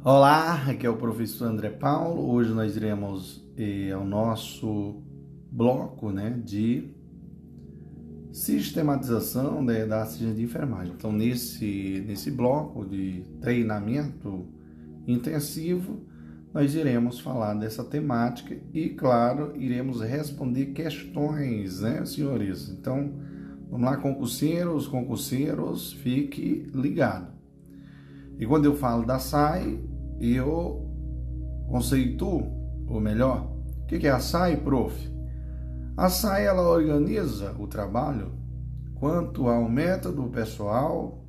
Olá, aqui é o professor André Paulo. Hoje nós iremos ao nosso bloco, de sistematização, da assistência de enfermagem. Então, nesse bloco de treinamento intensivo, nós iremos falar dessa temática e, claro, iremos responder questões, senhores? Então, vamos lá, concurseiros, fique ligado. E quando eu falo da SAI, eu conceituo, ou melhor, o que é a SAI, prof? A SAI, ela organiza o trabalho quanto ao método pessoal,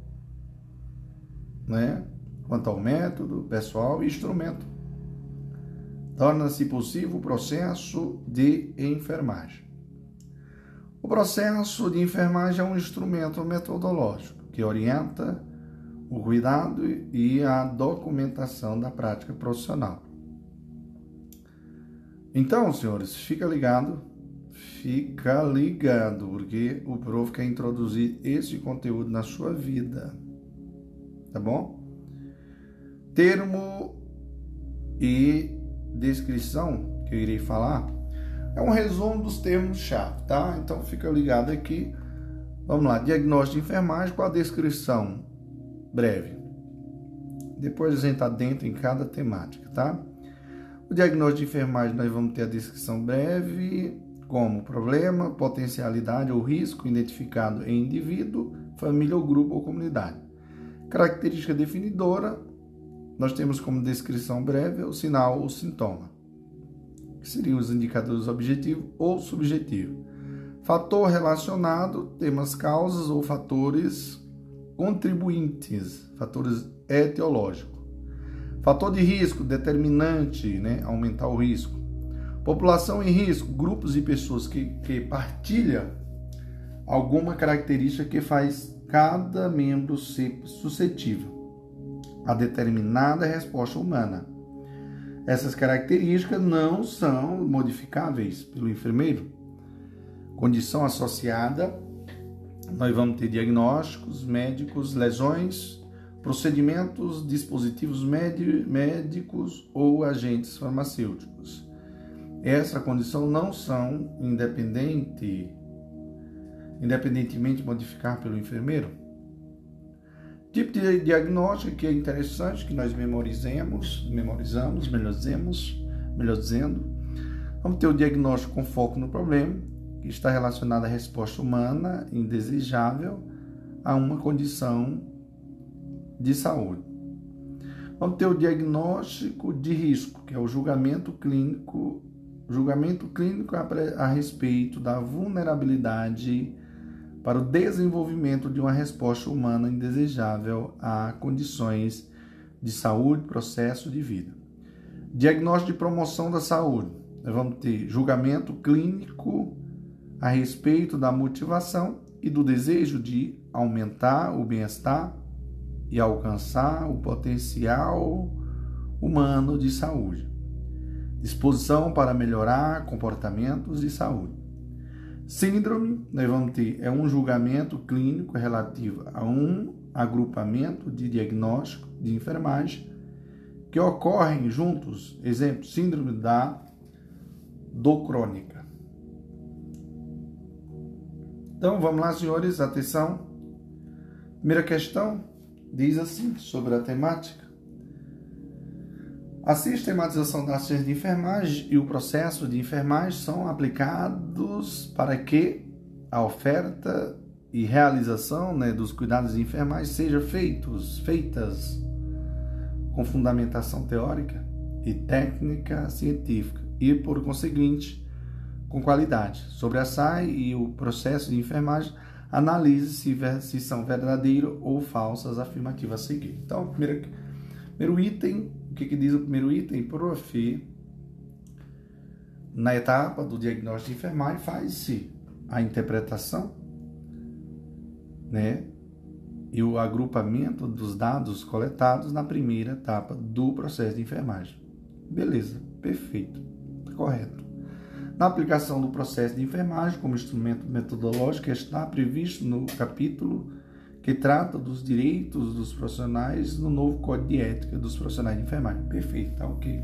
quanto ao método pessoal e instrumento. Torna-se possível o processo de enfermagem. O processo de enfermagem é um instrumento metodológico que orienta o cuidado e a documentação da prática profissional. Então, senhores, fica ligado, porque o prof quer introduzir esse conteúdo na sua vida, tá bom? Termo e descrição que eu irei falar é um resumo dos termos-chave, tá? Então, fica ligado aqui. Vamos lá, diagnóstico de enfermagem com a descrição breve. Depois a gente adentra em cada temática, tá? O diagnóstico de enfermagem nós vamos ter a descrição breve, como problema, potencialidade ou risco identificado em indivíduo, família ou grupo ou comunidade. Característica definidora, nós temos como descrição breve o sinal ou sintoma, que seriam os indicadores objetivos ou subjetivos. Fator relacionado, temas causas ou fatores contribuintes, fatores etiológicos. Fator de risco, determinante, aumentar o risco. População em risco, grupos de pessoas que partilham alguma característica que faz cada membro ser suscetível a determinada resposta humana. Essas características não são modificáveis pelo enfermeiro. Condição associada, nós vamos ter diagnósticos médicos, lesões, procedimentos, dispositivos médicos ou agentes farmacêuticos. Essa condição não são independentemente modificar pelo enfermeiro. Tipo de diagnóstico que é interessante, que nós memorizamos, melhor dizendo. Vamos ter o diagnóstico com foco no problema, que está relacionado à resposta humana indesejável a uma condição de saúde. Vamos ter o diagnóstico de risco, que é o julgamento clínico a respeito da vulnerabilidade para o desenvolvimento de uma resposta humana indesejável a condições de saúde, processo de vida. Diagnóstico de promoção da saúde. Nós vamos ter julgamento clínico a respeito da motivação e do desejo de aumentar o bem-estar e alcançar o potencial humano de saúde. Disposição para melhorar comportamentos de saúde. Síndrome, nós vamos ter, um julgamento clínico relativo a um agrupamento de diagnóstico de enfermagem que ocorrem juntos, exemplo, síndrome da dor crônica. Então, vamos lá, senhores, atenção. Primeira questão diz assim, sobre a temática. A sistematização da assistência de enfermagem e o processo de enfermagem são aplicados para que a oferta e realização dos cuidados de enfermagem sejam feitas com fundamentação teórica e técnica científica e, por conseguinte, com qualidade. Sobre a SAI e o processo de enfermagem, analise se são verdadeiras ou falsas afirmativas a seguir. Então, primeiro item, o que diz o primeiro item? Prof, na etapa do diagnóstico de enfermagem, faz-se a interpretação, e o agrupamento dos dados coletados na primeira etapa do processo de enfermagem. Beleza, perfeito, correto. Na aplicação do processo de enfermagem como instrumento metodológico, está previsto no capítulo que trata dos direitos dos profissionais no novo Código de Ética dos Profissionais de Enfermagem. Perfeito, tá ok.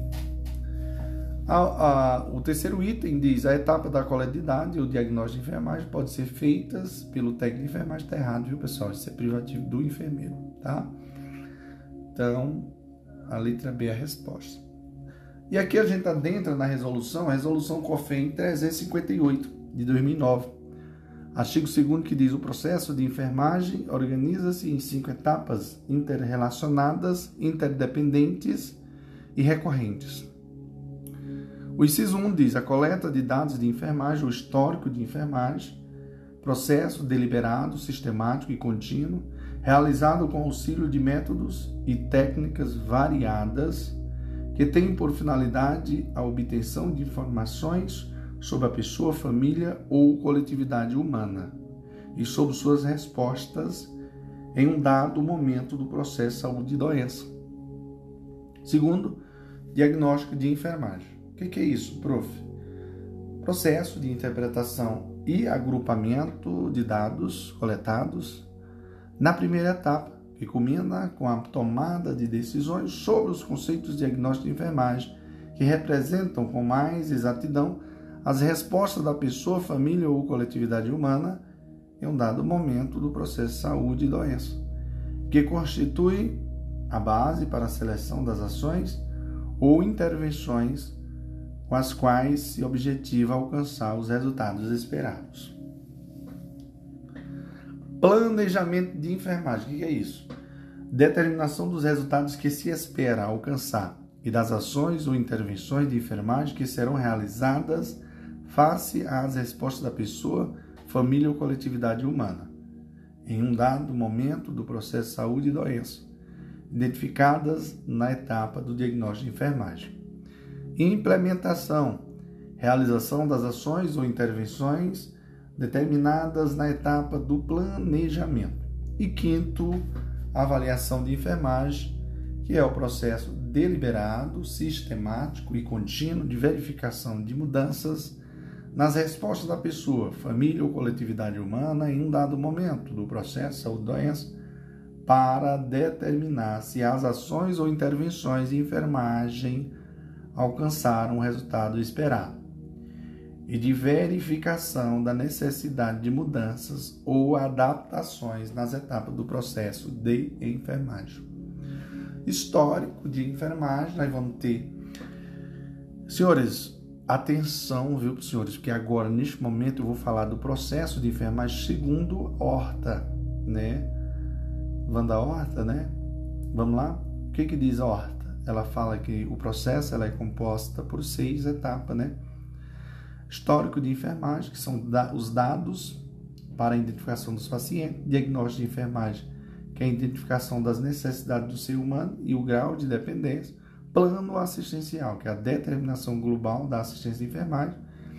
O terceiro item diz: a etapa da coleta de dados e o diagnóstico de enfermagem pode ser feitas pelo técnico de enfermagem. Está errado, viu, pessoal? Isso é privativo do enfermeiro, tá? Então, a letra B é a resposta. E aqui a gente adentra na resolução, a resolução COFEN 358, de 2009. Artigo 2º, que diz: o processo de enfermagem organiza-se em 5 etapas interrelacionadas, interdependentes e recorrentes. O inciso 1 diz: a coleta de dados de enfermagem, o histórico de enfermagem, processo deliberado, sistemático e contínuo, realizado com auxílio de métodos e técnicas variadas, que têm por finalidade a obtenção de informações sobre a pessoa, família ou coletividade humana e sobre suas respostas em um dado momento do processo de saúde e doença. Segundo, diagnóstico de enfermagem. O que é isso, prof? Processo de interpretação e agrupamento de dados coletados na primeira etapa, que culmina com a tomada de decisões sobre os conceitos de diagnóstico de enfermagem, que representam com mais exatidão as respostas da pessoa, família ou coletividade humana em um dado momento do processo de saúde e doença, que constitui a base para a seleção das ações ou intervenções com as quais se objetiva alcançar os resultados esperados. Planejamento de enfermagem. O que é isso? Determinação dos resultados que se espera alcançar e das ações ou intervenções de enfermagem que serão realizadas face às respostas da pessoa, família ou coletividade humana, em um dado momento do processo de saúde e doença, identificadas na etapa do diagnóstico de enfermagem. Implementação, realização das ações ou intervenções determinadas na etapa do planejamento. E quinto, avaliação de enfermagem, que é o processo deliberado, sistemático e contínuo de verificação de mudanças nas respostas da pessoa, família ou coletividade humana em um dado momento do processo de saúde e doença, para determinar se as ações ou intervenções de enfermagem alcançaram o resultado esperado, e de verificação da necessidade de mudanças ou adaptações nas etapas do processo de enfermagem. Histórico de enfermagem, nós vamos ter... Senhores, atenção, viu, senhores, porque agora, neste momento, eu vou falar do processo de enfermagem segundo Horta, né? Wanda Horta, né? Vamos lá? O que diz a Horta? Ela fala que o processo ela é composta por 6 etapas, né? Histórico de enfermagem, que são os dados para a identificação dos pacientes. Diagnóstico de enfermagem, que é a identificação das necessidades do ser humano e o grau de dependência. Plano assistencial, que é a determinação global da assistência de enfermagem.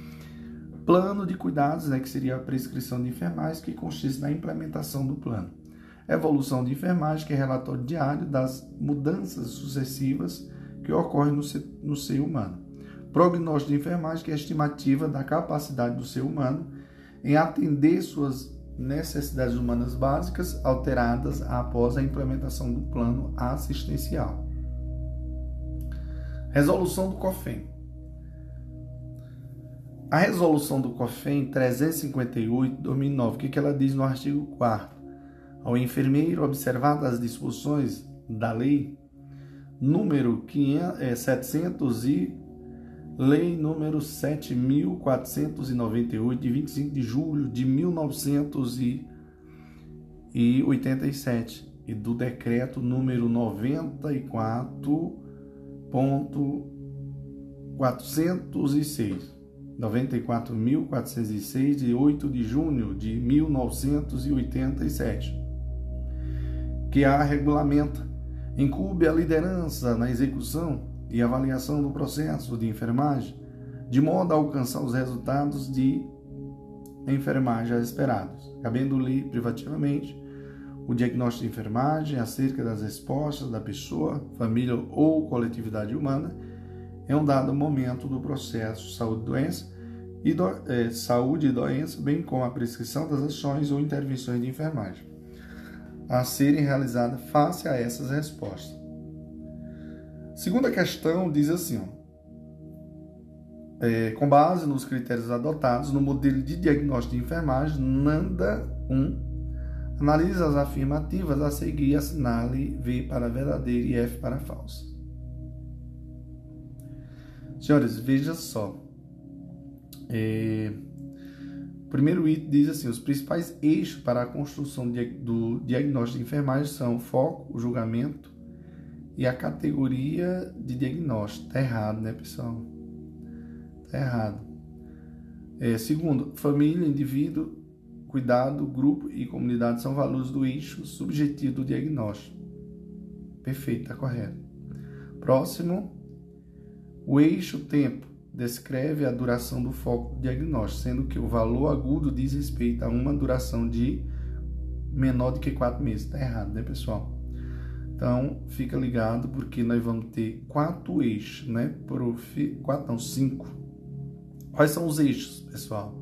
Plano de cuidados, né, que seria a prescrição de enfermagem, que consiste na implementação do plano. Evolução de enfermagem, que é relatório diário das mudanças sucessivas que ocorrem no ser humano. Prognóstico de enfermagem, que é a estimativa da capacidade do ser humano em atender suas necessidades humanas básicas alteradas após a implementação do plano assistencial. Resolução do COFEN. A resolução do COFEN 358 de 2009, o que ela diz no artigo 4º? Ao enfermeiro, observadas as disposições da lei número 700 e lei número 7.498, de 25 de julho de 1987, e do decreto número 94.406, de 8 de junho de 1987, que a regulamenta, incumbe a liderança na execução e avaliação do processo de enfermagem, de modo a alcançar os resultados de enfermagem esperados, cabendo-lhe privativamente o diagnóstico de enfermagem acerca das respostas da pessoa, família ou coletividade humana em um dado momento do processo saúde e doença, bem como a prescrição das ações ou intervenções de enfermagem. a serem realizadas face a essas respostas. Segunda questão diz assim, com base nos critérios adotados no modelo de diagnóstico de enfermagem, NANDA 1, analise as afirmativas a seguir e assinale V para verdadeira e F para falsa. Senhores, veja só. O primeiro item diz assim: os principais eixos para a construção do diagnóstico de enfermagem são o foco, o julgamento e a categoria de diagnóstico. Tá errado, né, pessoal? Tá errado. Segundo, família, indivíduo, cuidado, grupo e comunidade são valores do eixo subjetivo do diagnóstico. Perfeito, tá correto. Próximo, o eixo tempo descreve a duração do foco do diagnóstico, sendo que o valor agudo diz respeito a uma duração de menor do que 4 meses. Está errado, né, pessoal? Então, fica ligado, porque nós vamos ter 4 eixos, né? 5. Quais são os eixos, pessoal?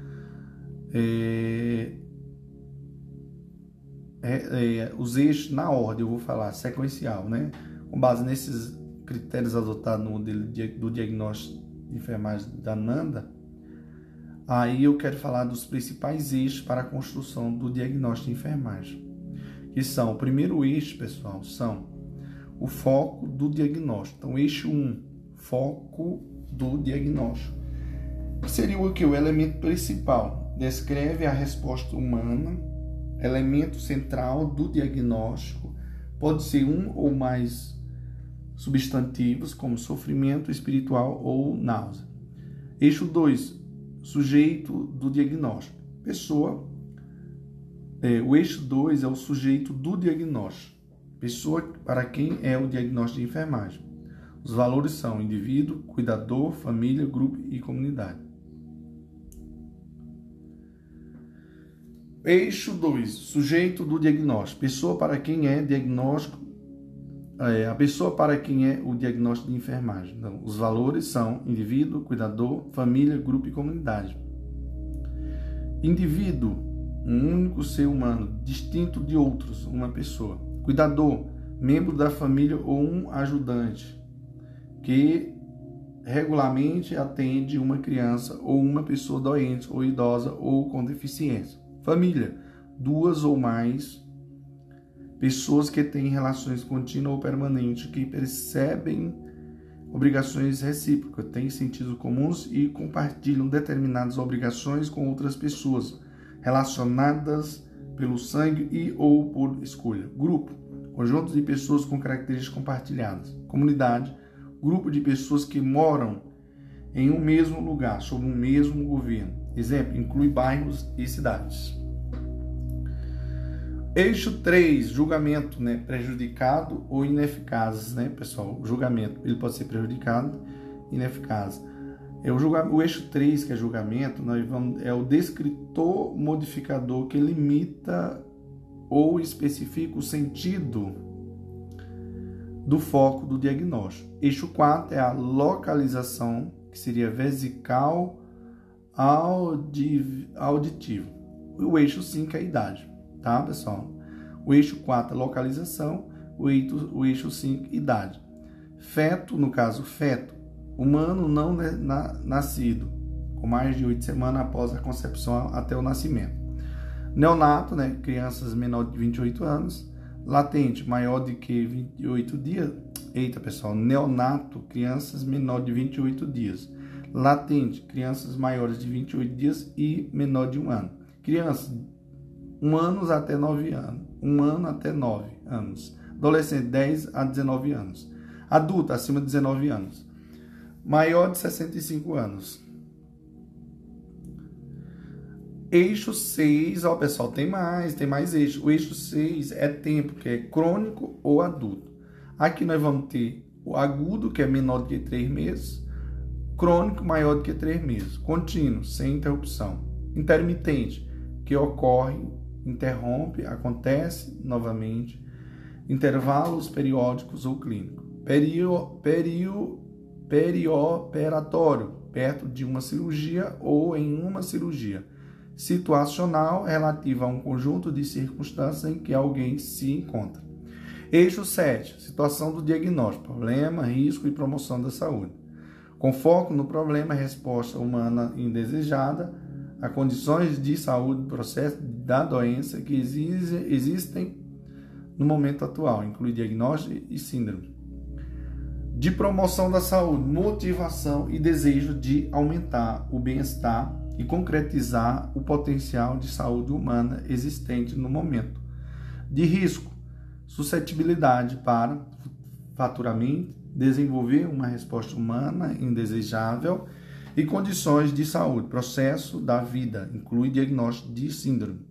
Os eixos na ordem, eu vou falar, sequencial, né? Com base nesses critérios adotados no modelo do diagnóstico de enfermagem da NANDA, aí eu quero falar dos principais eixos para a construção do diagnóstico de enfermagem, que são, o primeiro eixo, pessoal, são o foco do diagnóstico. Então, eixo 1, foco do diagnóstico. Seria o que? O elemento principal, descreve a resposta humana, elemento central do diagnóstico, pode ser um ou mais substantivos, como sofrimento espiritual ou náusea. Eixo 2, sujeito do diagnóstico. Pessoa. O eixo 2 é o sujeito do diagnóstico. Pessoa para quem é o diagnóstico de enfermagem. Os valores são indivíduo, cuidador, família, grupo e comunidade. Eixo 2, sujeito do diagnóstico. Pessoa para quem é diagnóstico. A pessoa para quem é o diagnóstico de enfermagem. Então, os valores são indivíduo, cuidador, família, grupo e comunidade. Indivíduo, um único ser humano, distinto de outros, uma pessoa. Cuidador, membro da família ou um ajudante, que regularmente atende uma criança ou uma pessoa doente ou idosa ou com deficiência. Família, 2 ou mais pessoas que têm relações contínuas ou permanentes, que percebem obrigações recíprocas, têm sentidos comuns e compartilham determinadas obrigações com outras pessoas, relacionadas pelo sangue e ou por escolha. Grupo, conjunto de pessoas com características compartilhadas. Comunidade, grupo de pessoas que moram em um mesmo lugar, sob um mesmo governo. Exemplo, inclui bairros e cidades. Eixo 3, julgamento, né? Prejudicado ou ineficaz, né, pessoal? O julgamento, ele pode ser prejudicado e ineficaz. O eixo 3, que é julgamento, é o descritor modificador que limita ou especifica o sentido do foco do diagnóstico. Eixo 4 é a localização, que seria vesical auditivo. O eixo 5 é a idade. Tá, pessoal? O eixo 4 é localização, o eixo 5, idade. Feto, no caso, feto, humano não nascido, com mais de 8 semanas após a concepção até o nascimento. Neonato, né? Crianças menores de 28 anos. Latente, maior de que 28 dias. Eita, pessoal, neonato, crianças menores de 28 dias. Latente, crianças maiores de 28 dias e menor de 1 ano. Crianças 1 ano até 9 anos. 1 ano até 9 anos. Adolescente, 10 a 19 anos. Adulto, acima de 19 anos. Maior de 65 anos. Eixo 6, ó, pessoal, tem mais eixo. O eixo 6 é tempo, que é crônico ou adulto. Aqui nós vamos ter o agudo, que é menor do que 3 meses. Crônico, maior do que 3 meses. Contínuo, sem interrupção. Intermitente, que ocorre, interrompe, acontece novamente, intervalos periódicos ou clínicos. Perioperatório, perto de uma cirurgia ou em uma cirurgia. situacional relativa a um conjunto de circunstâncias em que alguém se encontra. Eixo 7, situação do diagnóstico, problema, risco e promoção da saúde. Com foco no problema, resposta humana indesejada a condições de saúde, processo da doença que existem no momento atual, inclui diagnóstico e síndrome. De promoção da saúde, motivação e desejo de aumentar o bem-estar e concretizar o potencial de saúde humana existente no momento. De risco, suscetibilidade para faturamento, desenvolver uma resposta humana indesejável e condições de saúde, processo da vida, inclui diagnóstico de síndrome.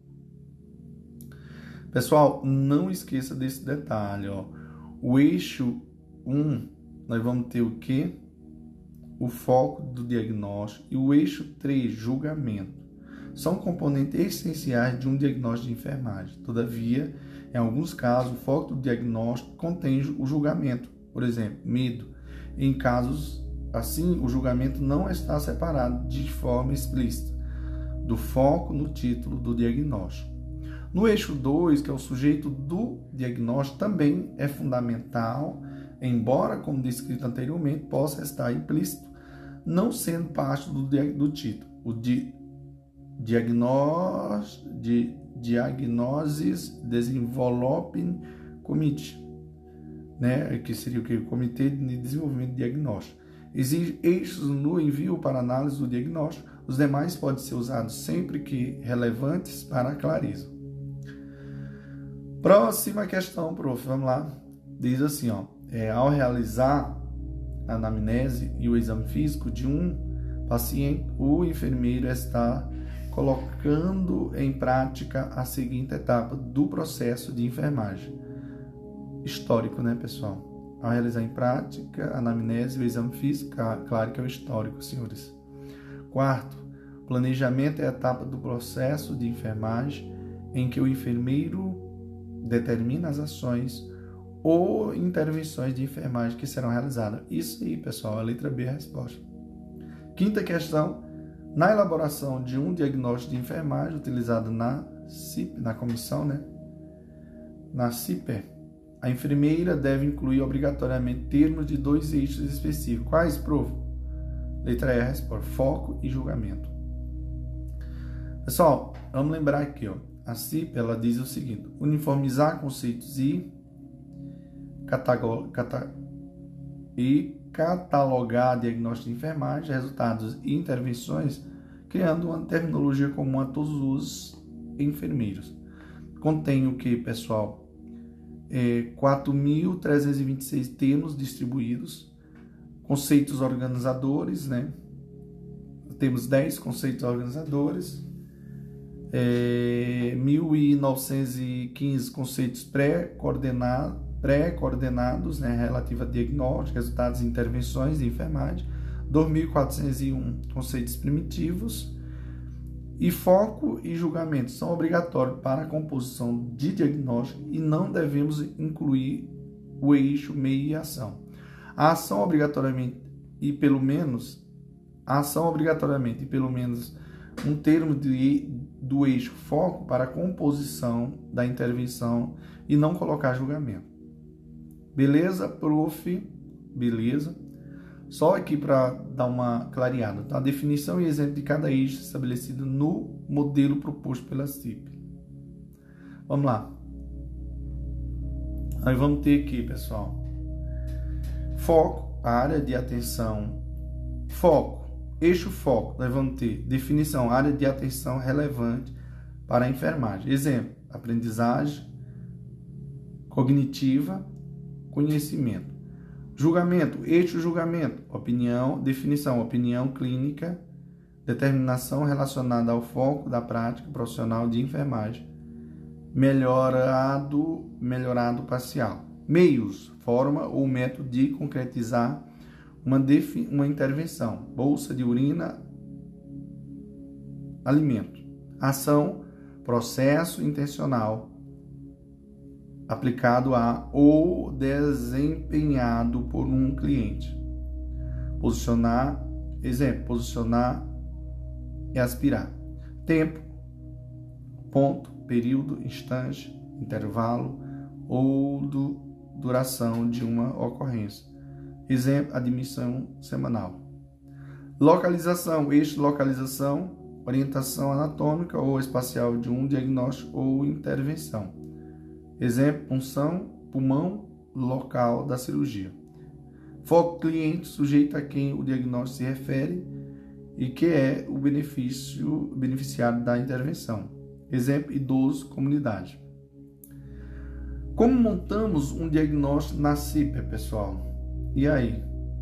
Pessoal, não esqueça desse detalhe, ó. O eixo 1, nós vamos ter o quê? O foco do diagnóstico, e o eixo 3, julgamento. São componentes essenciais de um diagnóstico de enfermagem. Todavia, em alguns casos, o foco do diagnóstico contém o julgamento, por exemplo, medo. Em casos assim, o julgamento não está separado de forma explícita do foco no título do diagnóstico. No eixo 2, que é o sujeito do diagnóstico, também é fundamental, embora, como descrito anteriormente, possa estar implícito, não sendo parte do título. O Diagnosis Development Committee, né? Que seria o que? O Comitê de Desenvolvimento de Diagnóstico. Existem eixos no envio para análise do diagnóstico, os demais podem ser usados sempre que relevantes para a clareza. Próxima questão, prof. Vamos lá. Diz assim, ó, ao realizar a anamnese e o exame físico de um paciente, o enfermeiro está colocando em prática a seguinte etapa do processo de enfermagem. Histórico, né, pessoal? Ao realizar em prática a anamnese e o exame físico, claro que é o histórico, senhores. Quarto, planejamento é a etapa do processo de enfermagem em que o enfermeiro determina as ações ou intervenções de enfermagem que serão realizadas. Isso aí, pessoal, a letra B é a resposta. Quinta questão, na elaboração de um diagnóstico de enfermagem utilizado na CIP, na comissão, né? Na CIPER, a enfermeira deve incluir obrigatoriamente termos de 2 eixos específicos. Quais, prof? Letra E, a resposta, foco e julgamento. Pessoal, vamos lembrar aqui, ó. A CIP, ela diz o seguinte: uniformizar conceitos e catalogar diagnóstico de enfermagem, resultados e intervenções, criando uma terminologia comum a todos os enfermeiros. Contém o que, pessoal? 4.326 termos distribuídos, conceitos organizadores, né? Temos 10 conceitos organizadores, 1.915 conceitos pré-coordenados, né, relativo a diagnóstico, resultados e intervenções de enfermagem, 2.401 conceitos primitivos, e foco e julgamento são obrigatórios para a composição de diagnóstico e não devemos incluir o eixo meio e ação. A ação obrigatoriamente e pelo menos um termo do eixo foco para a composição da intervenção e não colocar julgamento. Beleza, prof? Beleza. Só aqui para dar uma clareada, tá? A definição e exemplo de cada eixo estabelecido no modelo proposto pela CIP. Vamos lá. Aí vamos ter aqui, pessoal, foco, área de atenção, foco, eixo foco. Nós vamos ter definição, área de atenção relevante para a enfermagem. Exemplo, aprendizagem cognitiva, conhecimento. Julgamento, eixo julgamento, opinião, definição, opinião clínica, determinação relacionada ao foco da prática profissional de enfermagem, melhorado parcial. Meios, forma ou método de concretizar uma intervenção, bolsa de urina, alimento. Ação, processo intencional, aplicado a ou desempenhado por um cliente. Posicionar, exemplo, posicionar e aspirar. tempo, ponto, período, instante, intervalo ou duração de uma ocorrência. Exemplo, admissão semanal. Localização, eixo, localização, orientação anatômica ou espacial de um diagnóstico ou intervenção. Exemplo, punção, pulmão, local da cirurgia. Foco cliente, sujeito a quem o diagnóstico se refere e que é o beneficiário da intervenção. Exemplo, idoso, comunidade. Como montamos um diagnóstico na CIPA, pessoal? E aí?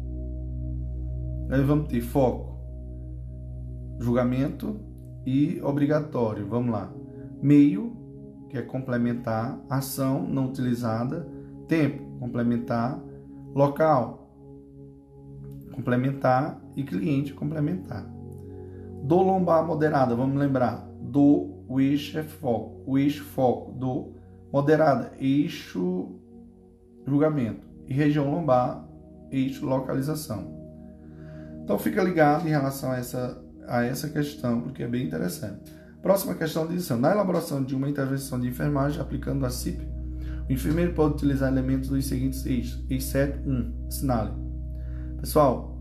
Aí vamos ter foco, julgamento e obrigatório. Vamos lá. Meio, que é complementar, ação não utilizada, tempo, complementar, local, complementar e cliente, complementar. Dor lombar moderada, vamos lembrar, o eixo é foco, o eixo foco, dor moderada, eixo julgamento e região lombar, eixo localização. Então fica ligado em relação a essa questão, porque é bem interessante. Próxima questão diz assim: na elaboração de uma intervenção de enfermagem aplicando a CIP, o enfermeiro pode utilizar elementos dos seguintes eixos. Eixo 7, 1, assinale. Pessoal,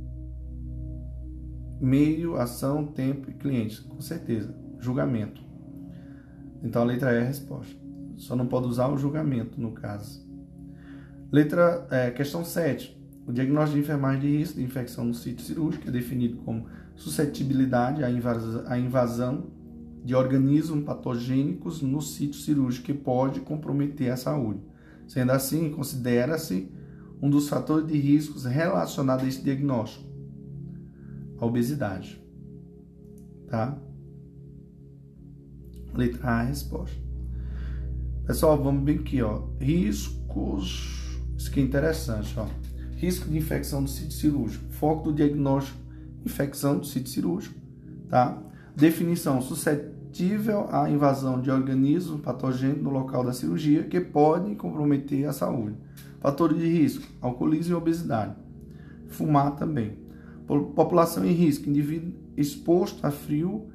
meio, ação, tempo e cliente, com certeza. Julgamento. Então a letra E é a resposta. Só não pode usar o julgamento no caso. Questão 7. O diagnóstico de enfermagem de risco de infecção no sítio cirúrgico é definido como suscetibilidade à invasão de organismos patogênicos no sítio cirúrgico que pode comprometer a saúde. Sendo assim, considera-se um dos fatores de riscos relacionados a esse diagnóstico, a obesidade. Tá? Letra A, a resposta. Pessoal, vamos bem aqui, ó. Riscos, isso aqui é interessante, ó. Risco de infecção do sítio cirúrgico. Foco do diagnóstico, infecção do sítio cirúrgico, tá? Definição, suscetível à invasão de organismos patogênicos no local da cirurgia que podem comprometer a saúde. Fatores de risco, alcoolismo e obesidade. Fumar também. População em risco, indivíduo exposto a frio,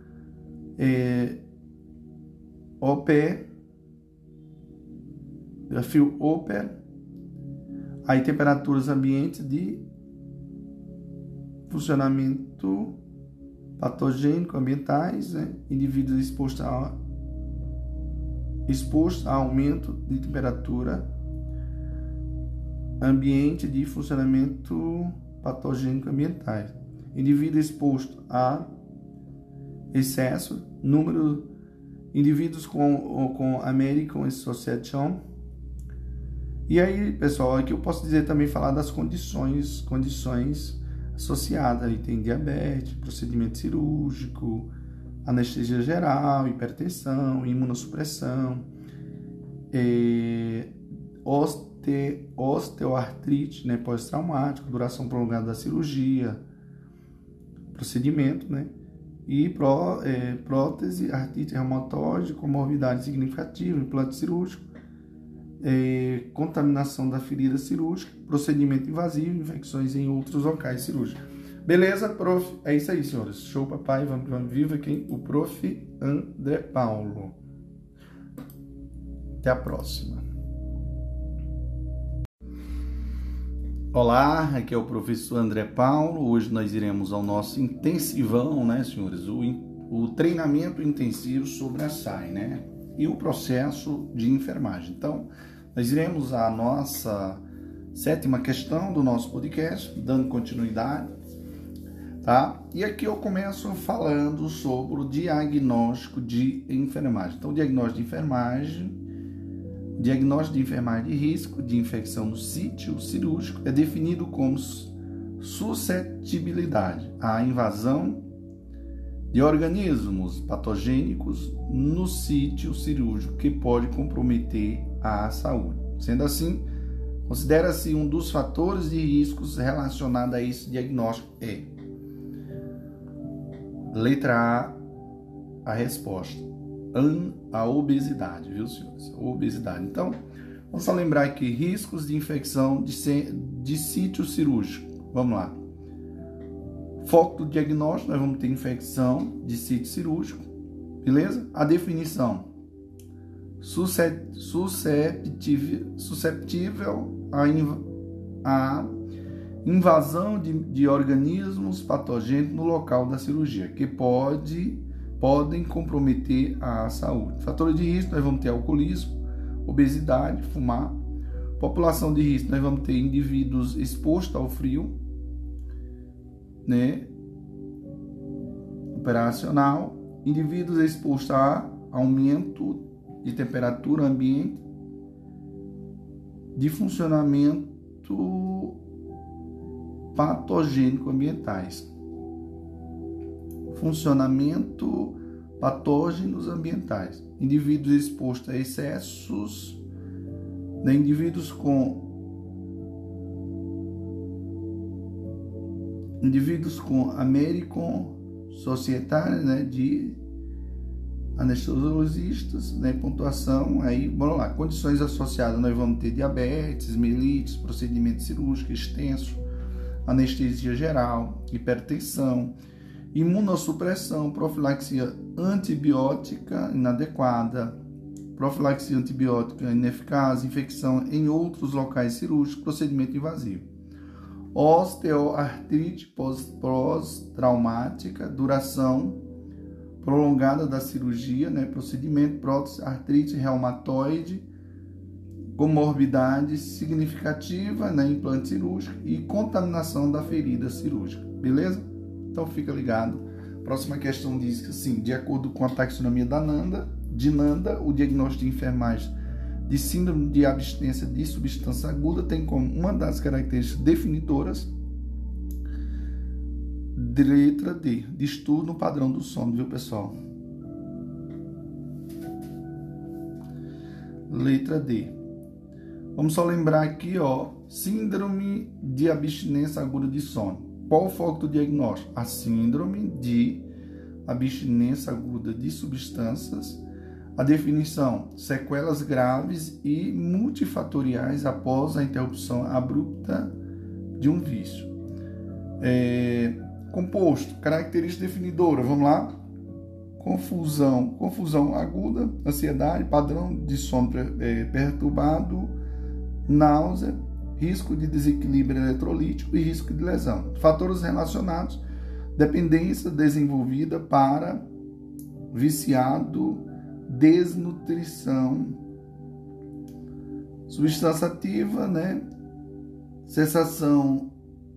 aí temperaturas ambientes de funcionamento patogênico ambientais, né? Indivíduos expostos a aumento de temperatura ambiente de funcionamento patogênico ambientais. Indivíduo exposto a excesso, número indivíduos com American Association. E aí, pessoal, aqui eu posso dizer também falar das condições associadas. Aí tem diabetes, procedimento cirúrgico, anestesia geral, hipertensão, imunossupressão, osteoartrite, né, pós-traumático, duração prolongada da cirurgia, procedimento, né, e prótese, artrite reumatoide, comorbidade significativa, implante cirúrgico, contaminação da ferida cirúrgica, procedimento invasivo, infecções em outros locais cirúrgicos. Beleza, prof? É isso aí, senhores. Show, papai. Vamos viva aqui o prof. André Paulo. Até a próxima. Olá, aqui é o professor André Paulo. Hoje nós iremos ao nosso intensivão, né, senhores? O treinamento intensivo sobre a SAI, né? E o processo de enfermagem. Então, nós iremos à nossa 7ª questão do nosso podcast, dando continuidade, tá? E aqui eu começo falando sobre o diagnóstico de enfermagem. Então, o diagnóstico de enfermagem de risco de infecção no sítio cirúrgico é definido como suscetibilidade à invasão de organismos patogênicos no sítio cirúrgico que pode comprometer a saúde. Sendo assim, considera-se um dos fatores de riscos relacionados a esse diagnóstico letra A resposta, a obesidade, viu, senhores? Obesidade. Então, vamos só lembrar aqui, riscos de infecção de sítio cirúrgico. Vamos lá. Foco do diagnóstico, nós vamos ter infecção de sítio cirúrgico, Beleza? A definição: susceptível à invasão de organismos patogênicos no local da cirurgia, que podem comprometer a saúde. Fatores de risco: nós vamos ter alcoolismo, obesidade, fumar. População de risco: nós vamos ter indivíduos expostos ao frio, né, operacional, indivíduos expostos a aumento de temperatura ambiente, de funcionamento patogênico ambientais. Funcionamento patógenos ambientais. Indivíduos expostos a excessos, né, indivíduos com American Society, né, de anestesiologistas, né, pontuação, aí, bora lá, condições associadas, nós vamos ter diabetes, mielites, procedimento cirúrgico extenso, anestesia geral, hipertensão, imunossupressão, profilaxia antibiótica inadequada, profilaxia antibiótica ineficaz, infecção em outros locais cirúrgicos, procedimento invasivo. Osteoartrite pós-traumática, duração prolongada da cirurgia, né, procedimento, prótese, artrite reumatoide, comorbidade significativa, né, implante cirúrgico e contaminação da ferida cirúrgica, beleza? Então fica ligado. Próxima questão diz que, assim, de acordo com a taxonomia de Nanda, o diagnóstico de enfermagem de síndrome de abstinência de substância aguda tem como uma das características definidoras de letra D, distúrbio no padrão do sono, viu, pessoal? Letra D. Vamos só lembrar aqui, ó, síndrome de abstinência aguda de sono. Qual o foco do diagnóstico? A síndrome de abstinência aguda de substâncias. A definição: sequelas graves e multifatoriais após a interrupção abrupta de um vício. Composto: característica definidora, vamos lá. Confusão aguda, ansiedade, padrão de sono perturbado, náusea, risco de desequilíbrio eletrolítico e risco de lesão. Fatores relacionados: dependência desenvolvida para viciado, desnutrição, substância ativa, né? Cessação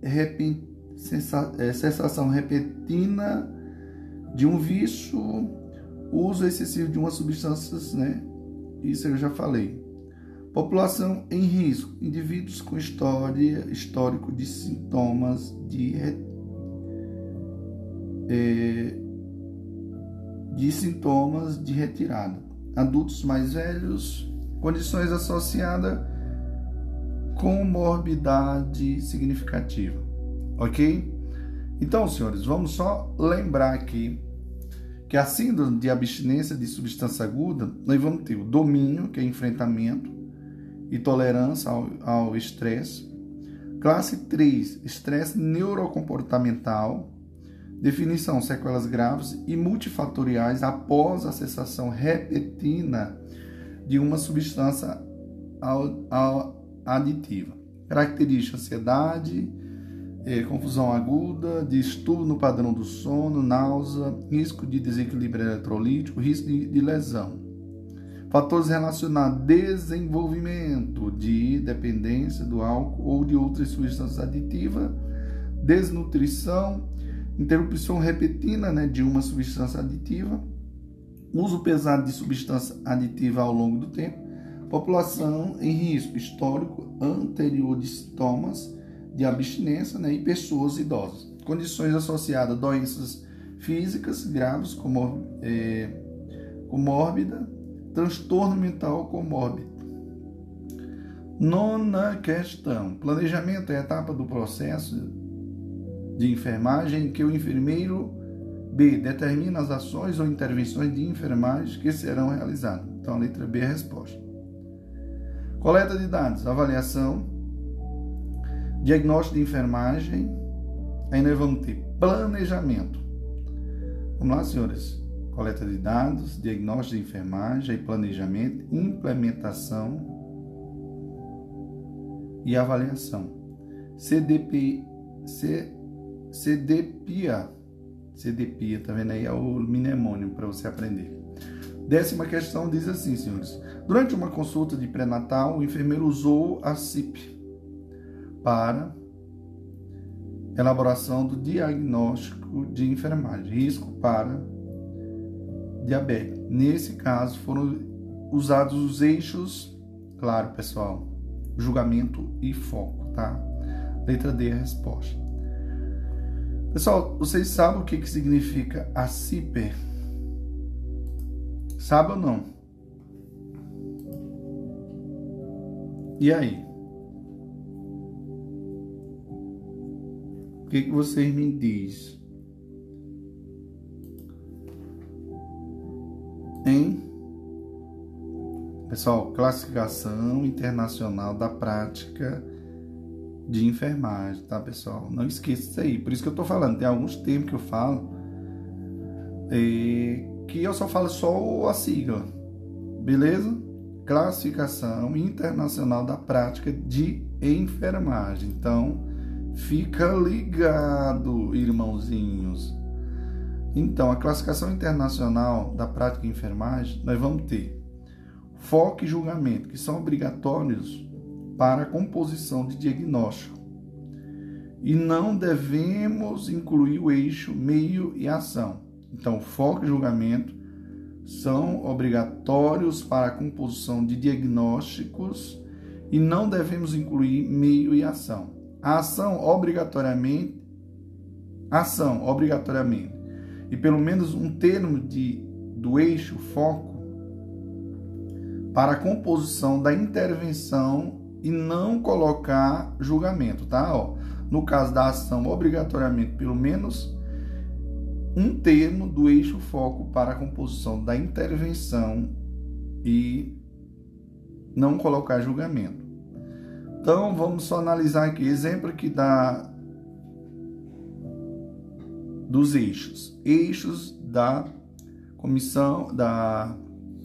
repentina de um vício, uso excessivo de uma substância, né? Isso eu já falei. População em risco: indivíduos com histórico de sintomas de retirada. Adultos mais velhos, condições associadas com morbidade significativa. Ok? Então, senhores, vamos só lembrar aqui que a síndrome de abstinência de substância aguda, nós vamos ter o domínio, que é enfrentamento e tolerância ao estresse. Classe 3, estresse neurocomportamental. Definição: sequelas graves e multifatoriais após a cessação repentina de uma substância aditiva. Característica: ansiedade, confusão aguda, distúrbio no padrão do sono, náusea, risco de desequilíbrio eletrolítico, risco de lesão. Fatores relacionados: desenvolvimento de dependência do álcool ou de outras substâncias aditivas, desnutrição, interrupção repentina, né, de uma substância aditiva, uso pesado de substância aditiva ao longo do tempo, população em risco, histórico anterior de sintomas de abstinência, né, e pessoas idosas. Condições associadas: doenças físicas graves, comórbida, transtorno mental comórbido. Nona questão: planejamento é a etapa do processo de enfermagem em que o enfermeiro B determina as ações ou intervenções de enfermagem que serão realizadas. Então, a letra B é a resposta. Coleta de dados: avaliação, diagnóstico de enfermagem. Aí nós vamos ter planejamento. Vamos lá, senhores. coleta de dados, diagnóstico de enfermagem e planejamento, implementação e avaliação. CDPIA, tá vendo aí? É o mnemônio para você aprender. 10ª questão diz assim, senhores. Durante uma consulta de pré-natal, o enfermeiro usou a CIP para elaboração do diagnóstico de enfermagem, risco para diabetes. Nesse caso, foram usados os eixos, claro, pessoal, julgamento e foco, tá? Letra D, a resposta. Pessoal, vocês sabem o que significa a CIP? Sabe ou não? E aí? O que vocês me dizem? Hein? Pessoal, classificação internacional da prática de enfermagem, tá, pessoal? Não esqueça isso aí. Por isso que eu tô falando. Tem alguns termos que eu falo que eu só falo só a sigla. Beleza? Classificação internacional da prática de enfermagem. Então, fica ligado, irmãozinhos. Então, a classificação internacional da prática de enfermagem, nós vamos ter foco e julgamento, que são obrigatórios para a composição de diagnóstico. E não devemos incluir o eixo meio e ação. Então, foco e julgamento são obrigatórios para a composição de diagnósticos e não devemos incluir meio e ação. A ação obrigatoriamente, e pelo menos um termo do eixo foco para a composição da intervenção e não colocar julgamento, tá? No caso da ação, obrigatoriamente pelo menos um termo do eixo foco para a composição da intervenção e não colocar julgamento. Então, vamos só analisar aqui, exemplo aqui dos eixos. Eixos da comissão da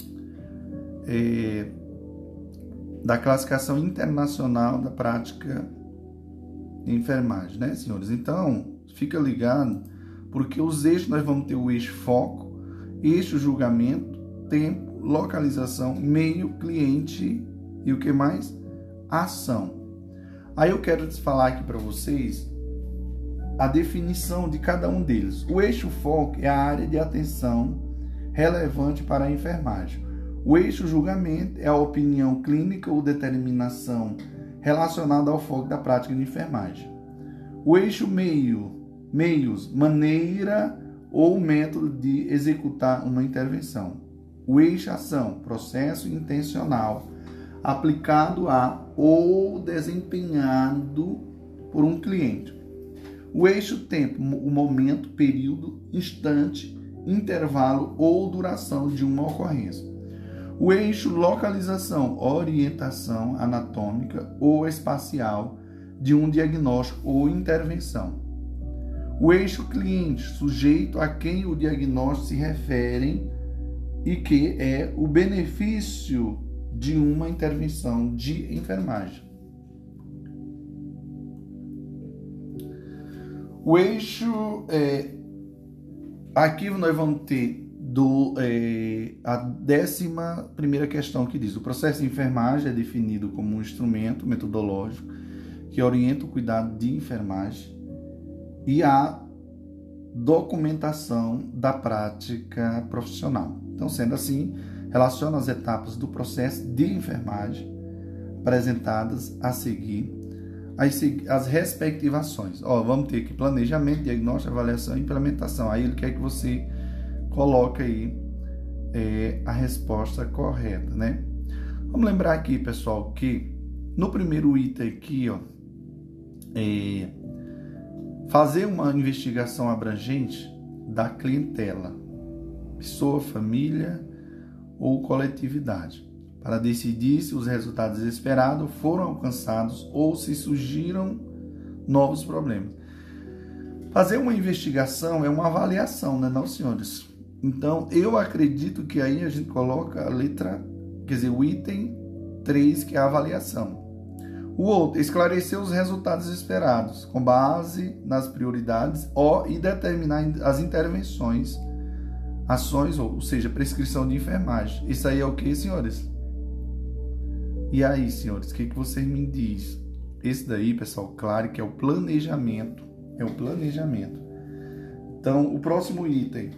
classificação internacional da prática de enfermagem, né, senhores? Então, fica ligado, porque os eixos nós vamos ter o eixo foco, eixo julgamento, tempo, localização, meio, cliente e o que mais? Ação. Aí eu quero falar aqui para vocês a definição de cada um deles. O eixo foco é a área de atenção relevante para a enfermagem. O eixo julgamento é a opinião clínica ou determinação relacionada ao foco da prática de enfermagem. O eixo meios, maneira ou método de executar uma intervenção. O eixo ação, processo intencional, aplicado a ou desempenhado por um cliente. O eixo tempo, o momento, período, instante, intervalo ou duração de uma ocorrência. O eixo localização, orientação anatômica ou espacial de um diagnóstico ou intervenção. O eixo cliente, sujeito a quem o diagnóstico se refere e que é o benefício de uma intervenção de enfermagem. O eixo, aqui nós vamos ter a 11ª questão que diz: o processo de enfermagem é definido como um instrumento metodológico que orienta o cuidado de enfermagem e a documentação da prática profissional. Então, sendo assim, relaciona as etapas do processo de enfermagem apresentadas a seguir as respectivas ações. Vamos ter aqui planejamento, diagnóstico, avaliação e implementação. Aí ele quer que você coloque aí a resposta correta, né? Vamos lembrar aqui, pessoal, que no primeiro item aqui, fazer uma investigação abrangente da clientela, pessoa, família ou coletividade, para decidir se os resultados esperados foram alcançados ou se surgiram novos problemas. Fazer uma investigação é uma avaliação, né, não, senhores? Então, eu acredito que aí a gente coloca a letra, quer dizer, o item 3, que é a avaliação. O outro, esclarecer os resultados esperados, com base nas prioridades e determinar as intervenções, ações, ou seja, prescrição de enfermagem. Isso aí é o que, senhores? E aí, senhores, o que vocês me dizem? Esse daí, pessoal, claro que é o planejamento. É o planejamento. Então, o próximo item.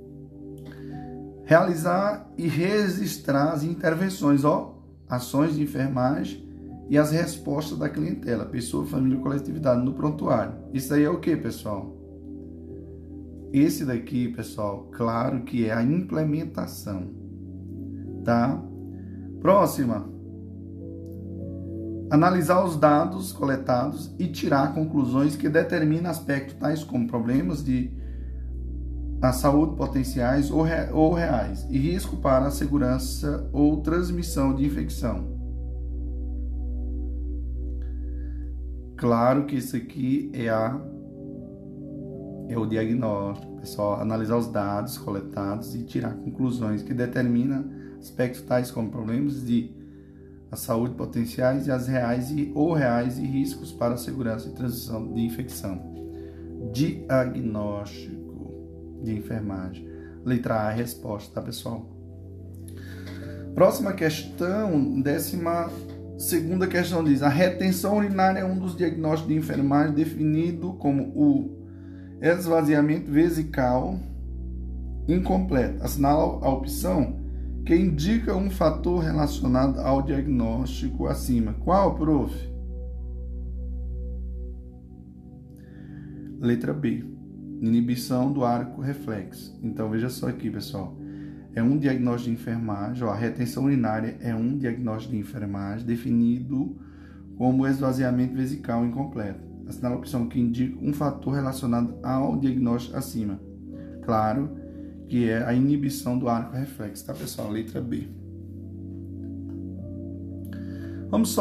Realizar e registrar as intervenções, ações de enfermagem e as respostas da clientela, pessoa, família ou coletividade no prontuário. Isso aí é o que, pessoal? Esse daqui, pessoal, claro que é a implementação, tá? Próxima. Analisar os dados coletados e tirar conclusões que determinam aspectos tais como problemas de a saúde potenciais ou reais e risco para a segurança ou transmissão de infecção. Claro que isso aqui é o diagnóstico, pessoal. Analisar os dados coletados e tirar conclusões que determinam aspectos tais como problemas de a saúde potenciais e as reais e riscos para a segurança e transmissão de infecção. Diagnóstico de enfermagem. Letra A, resposta, tá, pessoal? Próxima questão, 12ª questão diz: a retenção urinária é um dos diagnósticos de enfermagem definido como o esvaziamento vesical incompleto. Assinala a opção que indica um fator relacionado ao diagnóstico acima. Qual, prof? Letra B. Inibição do arco reflexo. Então, veja só aqui, pessoal. É um diagnóstico de enfermagem, a retenção urinária é um diagnóstico de enfermagem definido como esvaziamento vesical incompleto. Assinala a opção que indica um fator relacionado ao diagnóstico acima. Claro que é a inibição do arco reflexo, tá, pessoal? Letra B. Vamos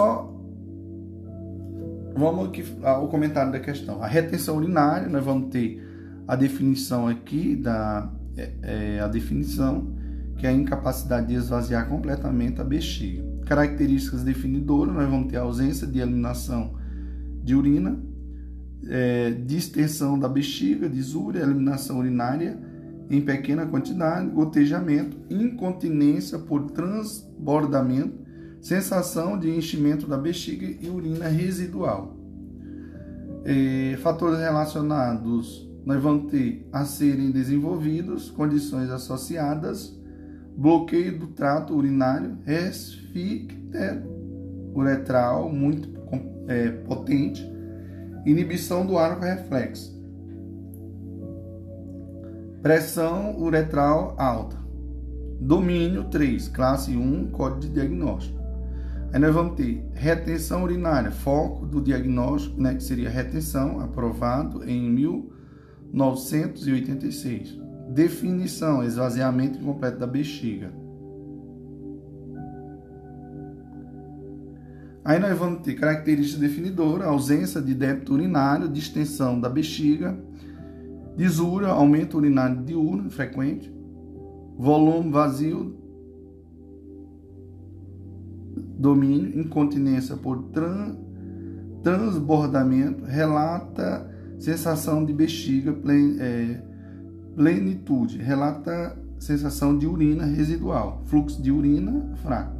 aqui ao comentário da questão. A retenção urinária, nós vamos ter a definição aqui, a definição, que é a incapacidade de esvaziar completamente a bexiga. Características definidoras, nós vamos ter a ausência de eliminação de urina, distensão da bexiga, disúria, eliminação urinária em pequena quantidade, gotejamento, incontinência por transbordamento, sensação de enchimento da bexiga e urina residual. Fatores relacionados, nós vamos ter a serem desenvolvidos, condições associadas, bloqueio do trato urinário, esfíncter uretral muito potente, inibição do arco reflexo, pressão uretral alta, domínio 3, classe 1, código de diagnóstico. Aí nós vamos ter retenção urinária, foco do diagnóstico, né, que seria retenção, aprovado em 1986. Definição, esvaziamento incompleto da bexiga. Aí nós vamos ter característica definidora, ausência de débito urinário, distensão da bexiga, disúria, aumento urinário diurno frequente, volume vazio, domínio, incontinência por transbordamento, relata sensação de bexiga, plenitude, relata sensação de urina residual, fluxo de urina fraco.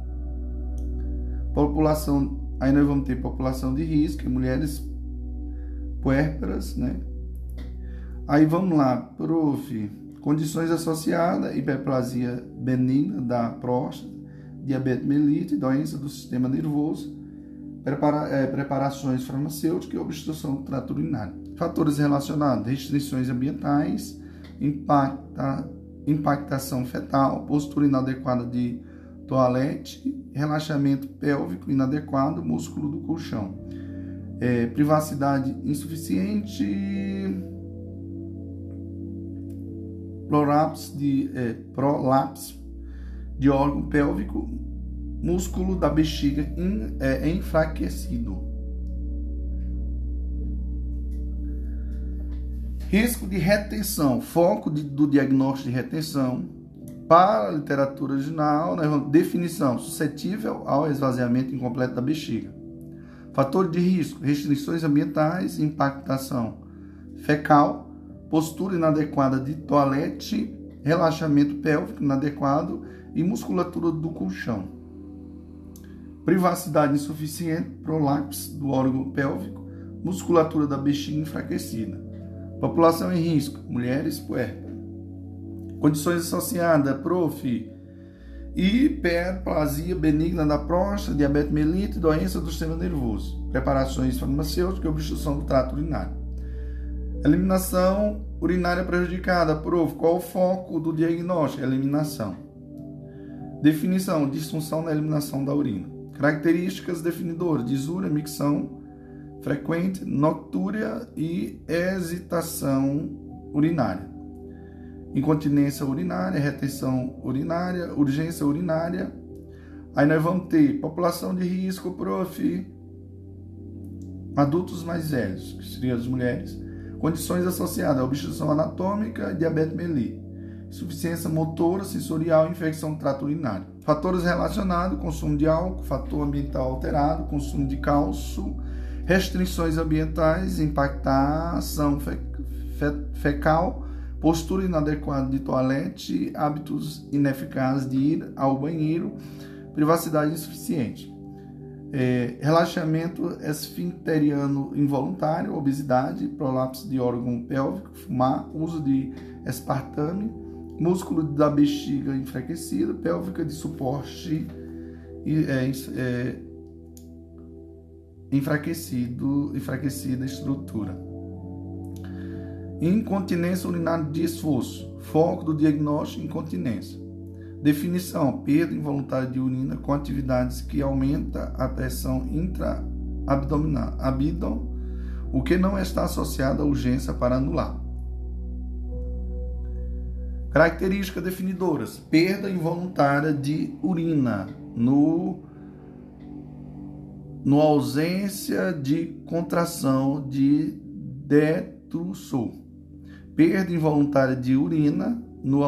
População, aí nós vamos ter população de risco, mulheres puérperas, né? Aí vamos lá, prof. Condições associadas, hiperplasia benigna da próstata, diabetes mellitus, doença do sistema nervoso, preparações farmacêuticas e obstrução do trato urinário. Fatores relacionados, restrições ambientais, impactação fetal, postura inadequada de toalete, relaxamento pélvico inadequado, músculo do colchão, privacidade insuficiente, prolapso de órgão pélvico, músculo da bexiga enfraquecido. Risco de retenção, foco do diagnóstico de retenção. Para a literatura original, definição, suscetível ao esvaziamento incompleto da bexiga. Fator de risco, restrições ambientais, impactação fecal, postura inadequada de toalete, relaxamento pélvico inadequado e musculatura do colchão. Privacidade insuficiente, prolapse do órgão pélvico, musculatura da bexiga enfraquecida. População em risco, mulheres puérperas. Condições associadas, hiperplasia benigna da próstata, diabetes mellitus, doença do sistema nervoso. Preparações farmacêuticas e obstrução do trato urinário. Eliminação urinária prejudicada, qual o foco do diagnóstico? Eliminação. Definição, disfunção na eliminação da urina. Características definidoras, disúria, micção frequente, noctúria e hesitação urinária. Incontinência urinária, retenção urinária, urgência urinária. Aí nós vamos ter população de risco, adultos mais velhos, que seriam as mulheres. Condições associadas à obstrução anatômica e diabetes mellitus. Insuficiência motora, sensorial e infecção do trato urinário. Fatores relacionados, consumo de álcool, fator ambiental alterado, consumo de cálcio, restrições ambientais, impactação fecal, postura inadequada de toalete, hábitos ineficazes de ir ao banheiro, privacidade insuficiente. Relaxamento esfincteriano involuntário, obesidade, prolapso de órgão pélvico, fumar, uso de aspartame, músculo da bexiga enfraquecido, pélvica de suporte enfraquecida estrutura. Incontinência urinária de esforço, foco do diagnóstico, incontinência. Definição, perda involuntária de urina com atividades que aumenta a pressão intra-abdominal, o que não está associado à urgência para anular. Características definidoras, perda involuntária de urina no ausência de contração de detrusor. Perda involuntária de urina no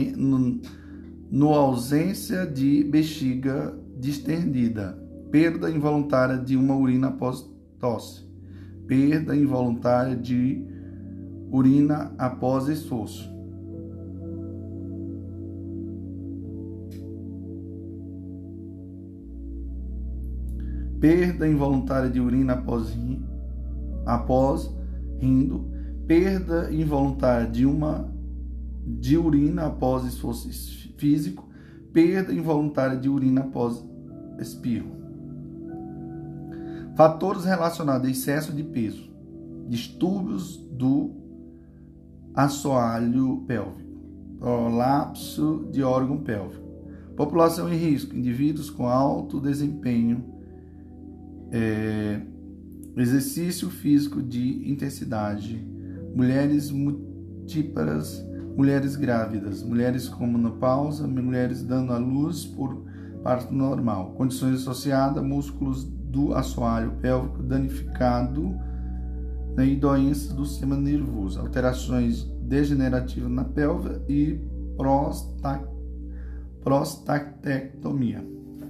ausência de bexiga distendida. Perda involuntária de uma urina após tosse. Perda involuntária de urina após esforço. Perda involuntária de urina após rindo. Perda involuntária de urina após esforço físico, perda involuntária de urina após espirro. Fatores relacionados a excesso de peso, distúrbios do assoalho pélvico, prolapso de órgão pélvico. População em risco, indivíduos com alto desempenho, exercício físico de intensidade, mulheres multíparas, mulheres grávidas, mulheres com menopausa, mulheres dando à luz por parto normal. Condições associadas, músculos do assoalho pélvico danificado e doenças do sistema nervoso, alterações degenerativas na pelve e prostatectomia.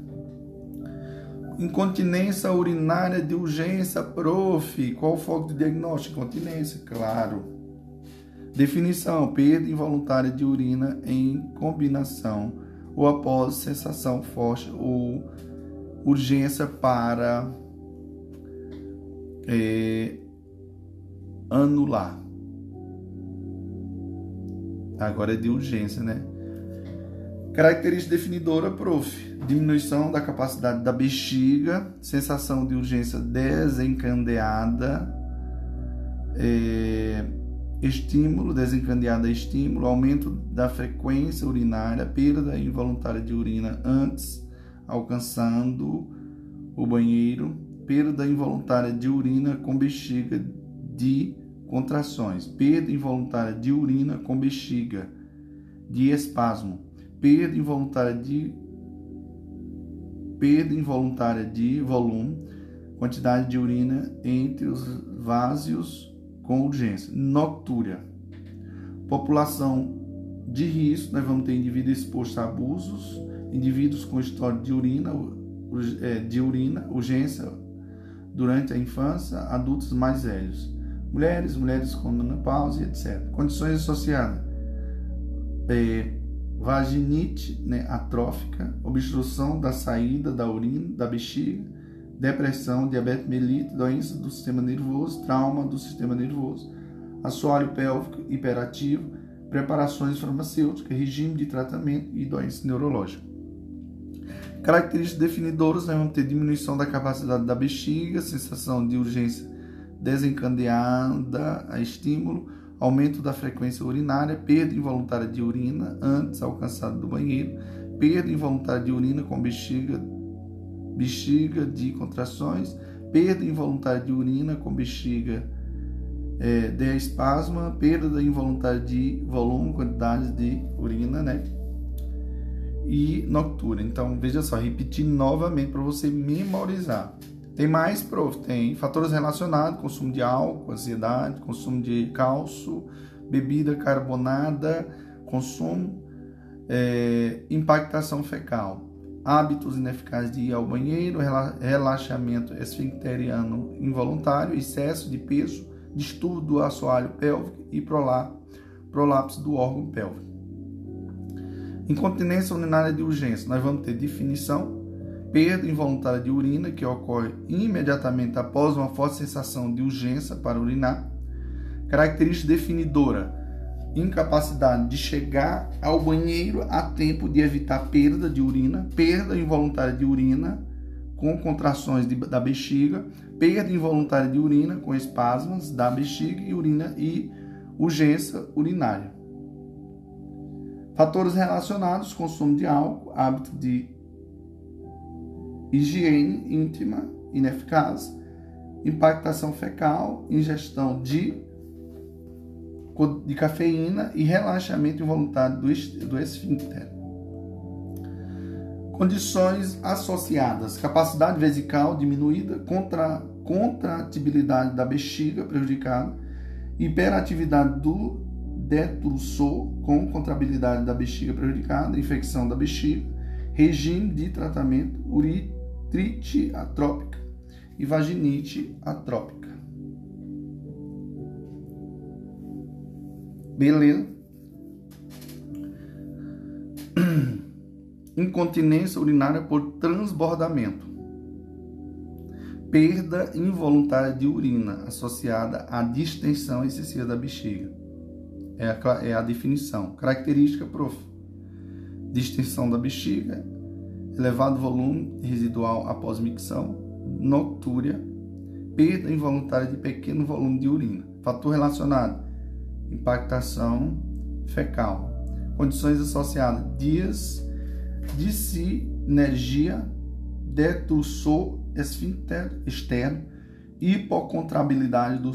Incontinência urinária de urgência, qual o foco de diagnóstico? Incontinência, claro. Definição, perda involuntária de urina em combinação ou após sensação forte ou urgência para anular. Agora é de urgência, né? Característica definidora, diminuição da capacidade da bexiga, sensação de urgência desencadeada, estímulo, aumento da frequência urinária, perda involuntária de urina antes alcançando o banheiro, perda involuntária de urina com bexiga de contrações, perda involuntária de urina com bexiga de espasmo, perda involuntária de volume, quantidade de urina entre os vasos com urgência. Noctúria. População de risco, nós vamos ter indivíduos expostos a abusos, indivíduos com história de urina, urgência durante a infância, adultos mais velhos, mulheres com menopausa, etc. Condições associadas: vaginite, né, atrófica, obstrução da saída da urina, da bexiga, depressão, diabetes mellitus, doença do sistema nervoso, trauma do sistema nervoso, assoalho pélvico hiperativo, preparações farmacêuticas, regime de tratamento e doenças neurológicas. Características definidoras: nós vamos ter diminuição da capacidade da bexiga, sensação de urgência desencadeada a estímulo, aumento da frequência urinária, perda involuntária de urina antes alcançada do banheiro, perda involuntária de urina com bexiga de contrações, perda involuntária de urina com bexiga de espasma, perda involuntária de volume, quantidade de urina, né? E noctúria. Então, veja só, repetir novamente para você memorizar. Tem mais, prof? Tem fatores relacionados: consumo de álcool, ansiedade, consumo de cálcio, bebida carbonada, consumo, impactação fecal, hábitos ineficazes de ir ao banheiro, relaxamento esfincteriano involuntário, excesso de peso, distúrbio do assoalho pélvico e prolapso do órgão pélvico. Incontinência urinária de urgência. Nós vamos ter definição: perda involuntária de urina que ocorre imediatamente após uma forte sensação de urgência para urinar. Característica definidora: incapacidade de chegar ao banheiro a tempo de evitar perda de urina, perda involuntária de urina com contrações da bexiga, perda involuntária de urina com espasmos da bexiga e urgência urinária. Fatores relacionados: consumo de álcool, hábito de higiene íntima ineficaz, impactação fecal, ingestão de cafeína e relaxamento involuntário do esfíncter. Condições associadas: capacidade vesical diminuída, contratibilidade da bexiga prejudicada, hiperatividade do detrusor com contrabilidade da bexiga prejudicada, infecção da bexiga, regime de tratamento, uretrite atrópica e vaginite atrópica. Beleza? Incontinência urinária por transbordamento. Perda involuntária de urina associada à distensão excessiva da bexiga. É a definição. Característica, prof: distensão da bexiga, elevado volume residual após micção, noctúria, perda involuntária de pequeno volume de urina. Fator relacionado: impactação fecal. Condições associadas: dissinergia, detrusor esfíncter externo, hipocontrabilidade do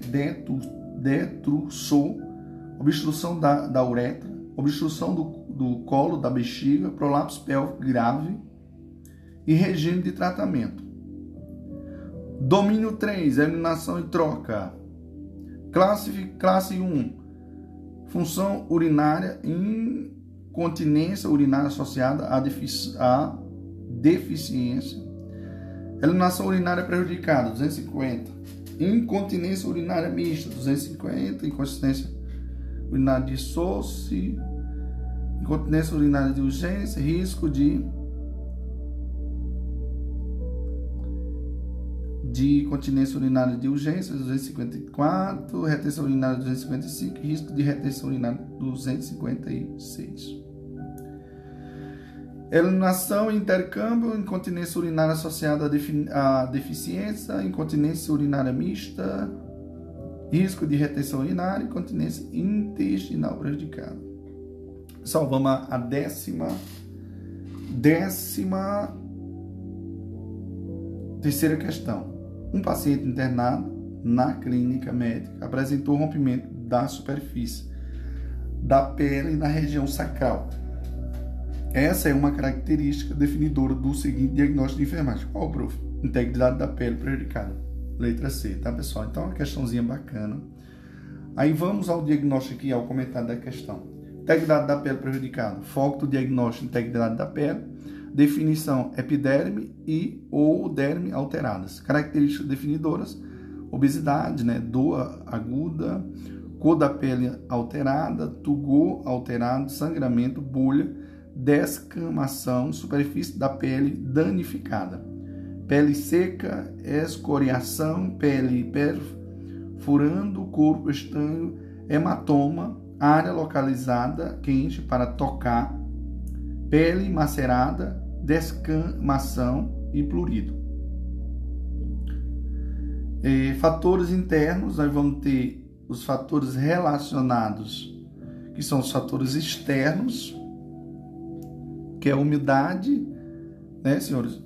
detrusor, obstrução da uretra, obstrução do colo da bexiga, prolapso pélvico grave e regime de tratamento. Domínio 3, eliminação e troca. Classe 1, função urinária, incontinência urinária associada à deficiência. Eliminação urinária prejudicada, 250. Incontinência urinária mista, 250. Incontinência urinária de Sosse, incontinência urinária de urgência, risco de incontinência urinária de urgência, 254, retenção urinária 255, risco de retenção urinária 256. Eliminação e intercâmbio, incontinência urinária associada à deficiência, incontinência urinária mista, risco de retenção urinária, incontinência intestinal prejudicada. Pessoal, vamos à décima terceira questão. Um paciente internado na clínica médica apresentou rompimento da superfície da pele na região sacral. Essa é uma característica definidora do seguinte diagnóstico de enfermagem. Qual, prof? Integridade da pele prejudicada. letra C, tá, pessoal? Então, é uma questãozinha bacana. Aí vamos ao diagnóstico aqui, ao comentário da questão. Integridade da pele prejudicada. Foco do diagnóstico: integridade da pele. Definição: epiderme e ou derme alteradas. Características definidoras: obesidade, né? Dor aguda, cor da pele alterada, turgor alterado, sangramento, bolha, descamação, superfície da pele danificada. Pele seca, escoriação, pele perfurando, corpo estranho, hematoma, área localizada quente para tocar, pele macerada, descamação e prurido. Fatores internos, nós vamos ter os fatores relacionados, que são os fatores externos, que é a umidade, né, senhores?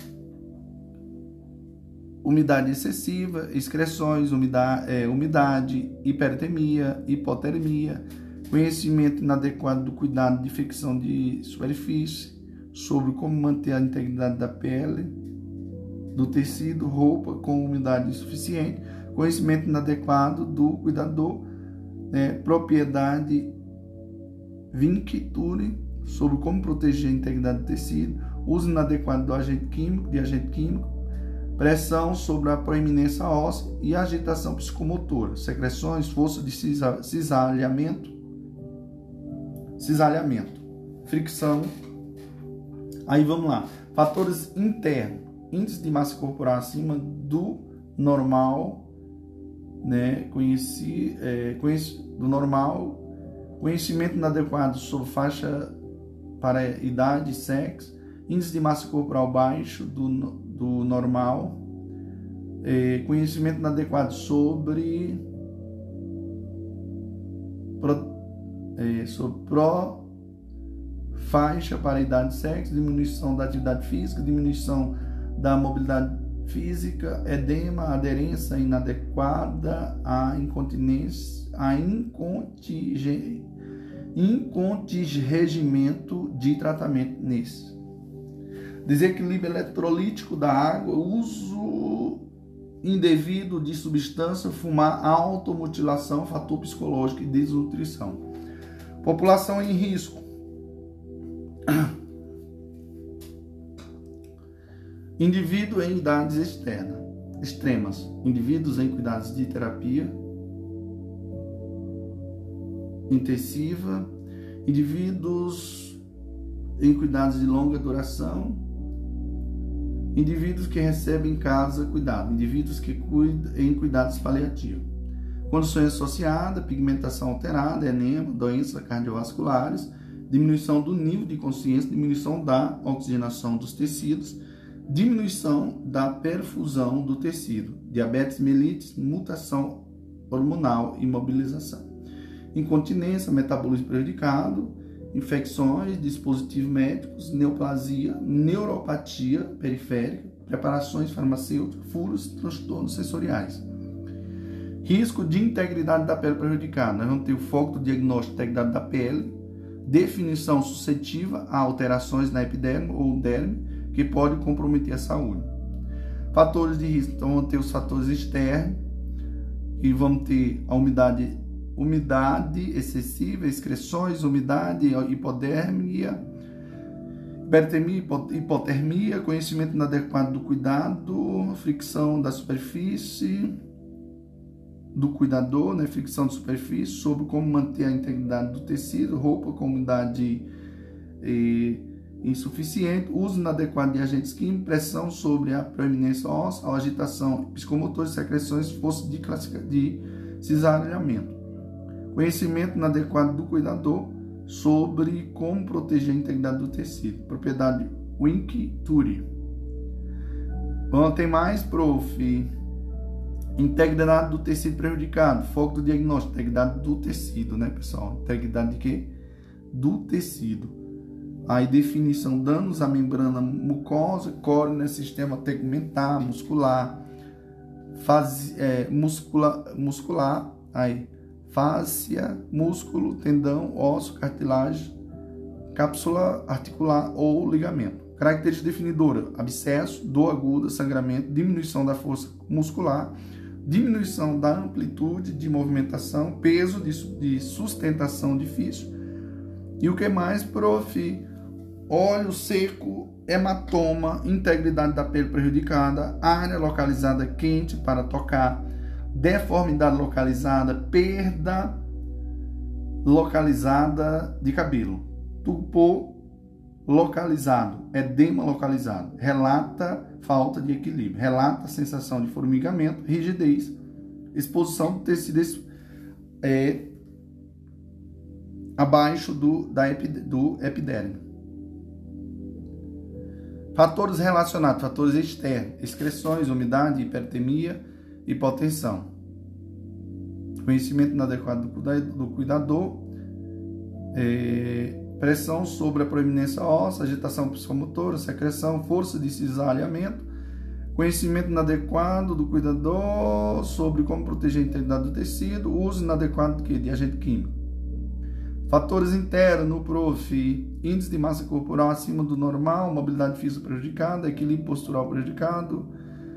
Umidade excessiva, excreções, umidade, hipertermia, hipotermia, conhecimento inadequado do cuidado de infecção de superfície, sobre como manter a integridade da pele, do tecido, roupa com umidade insuficiente, conhecimento inadequado do cuidador, né, propriedade vincture, sobre como proteger a integridade do tecido, uso inadequado de agente químico, pressão sobre a proeminência óssea e agitação psicomotora, secreções, força de cisalhamento, fricção. Aí vamos lá. Fatores internos: índice de massa corporal acima do normal, né? Do normal, conhecimento inadequado sobre faixa para idade e sexo, índice de massa corporal baixo do normal, conhecimento inadequado sobre faixa para idade e sexo, diminuição da atividade física, diminuição da mobilidade física, edema, aderência inadequada, a incontinência, incontingimento de tratamento nesse. Desequilíbrio eletrolítico da água, uso indevido de substância, fumar, automutilação, fator psicológico e desnutrição. População em risco. Indivíduo em idades extremas. Indivíduos em cuidados de terapia intensiva. Indivíduos em cuidados de longa duração. Indivíduos que recebem em casa cuidado. Indivíduos que cuidam em cuidados paliativos. Condições associadas: pigmentação alterada, enema, doenças cardiovasculares, diminuição do nível de consciência, diminuição da oxigenação dos tecidos, diminuição da perfusão do tecido, diabetes mellitus, mutação hormonal, imobilização. Incontinência, metabolismo prejudicado, infecções, dispositivos médicos, neoplasia, neuropatia periférica, preparações farmacêuticas, furos, transtornos sensoriais. Risco de integridade da pele prejudicada. Nós vamos ter o foco do diagnóstico de integridade da pele, definição suscetível a alterações na epiderme ou derme, que pode comprometer a saúde. Fatores de risco. Então, vamos ter os fatores externos, e vamos ter a umidade excessiva, excreções, umidade, hipodermia, hipotermia, conhecimento inadequado do cuidado, fricção da superfície do cuidador, né? Fricção de superfície, sobre como manter a integridade do tecido, roupa com umidade insuficiente, uso inadequado de agentes químicos, pressão sobre a proeminência óssea, agitação psicomotora, secreções, força de cisalhamento. Conhecimento inadequado do cuidador sobre como proteger a integridade do tecido. Propriedade Vincture. Bom, tem mais, prof. Integridade do tecido prejudicado. Foco do diagnóstico: integridade do tecido, né, pessoal? Integridade de quê? Do tecido. Aí, definição: danos à membrana mucosa, córnea, sistema tegumentar, muscular, muscular, aí, fáscia, músculo, tendão, osso, cartilagem, cápsula articular ou ligamento. Característica definidora: abscesso, dor aguda, sangramento, diminuição da força muscular, diminuição da amplitude de movimentação, peso de sustentação difícil. E o que mais, prof? Óleo seco, hematoma, integridade da pele prejudicada, área localizada quente para tocar, deformidade localizada, perda localizada de cabelo, tupor localizado, edema localizado, relata falta de equilíbrio, relata sensação de formigamento, rigidez, exposição do tecido abaixo do epiderme. Fatores relacionados, fatores externos, excreções, umidade, hipertemia, hipotensão. Conhecimento inadequado do cuidador, pressão sobre a proeminência óssea, agitação psicomotora, secreção, força de cisalhamento, conhecimento inadequado do cuidador sobre como proteger a integridade do tecido, uso inadequado de agente químico. Fatores internos, prof. Índice de massa corporal acima do normal, mobilidade física prejudicada, equilíbrio postural prejudicado,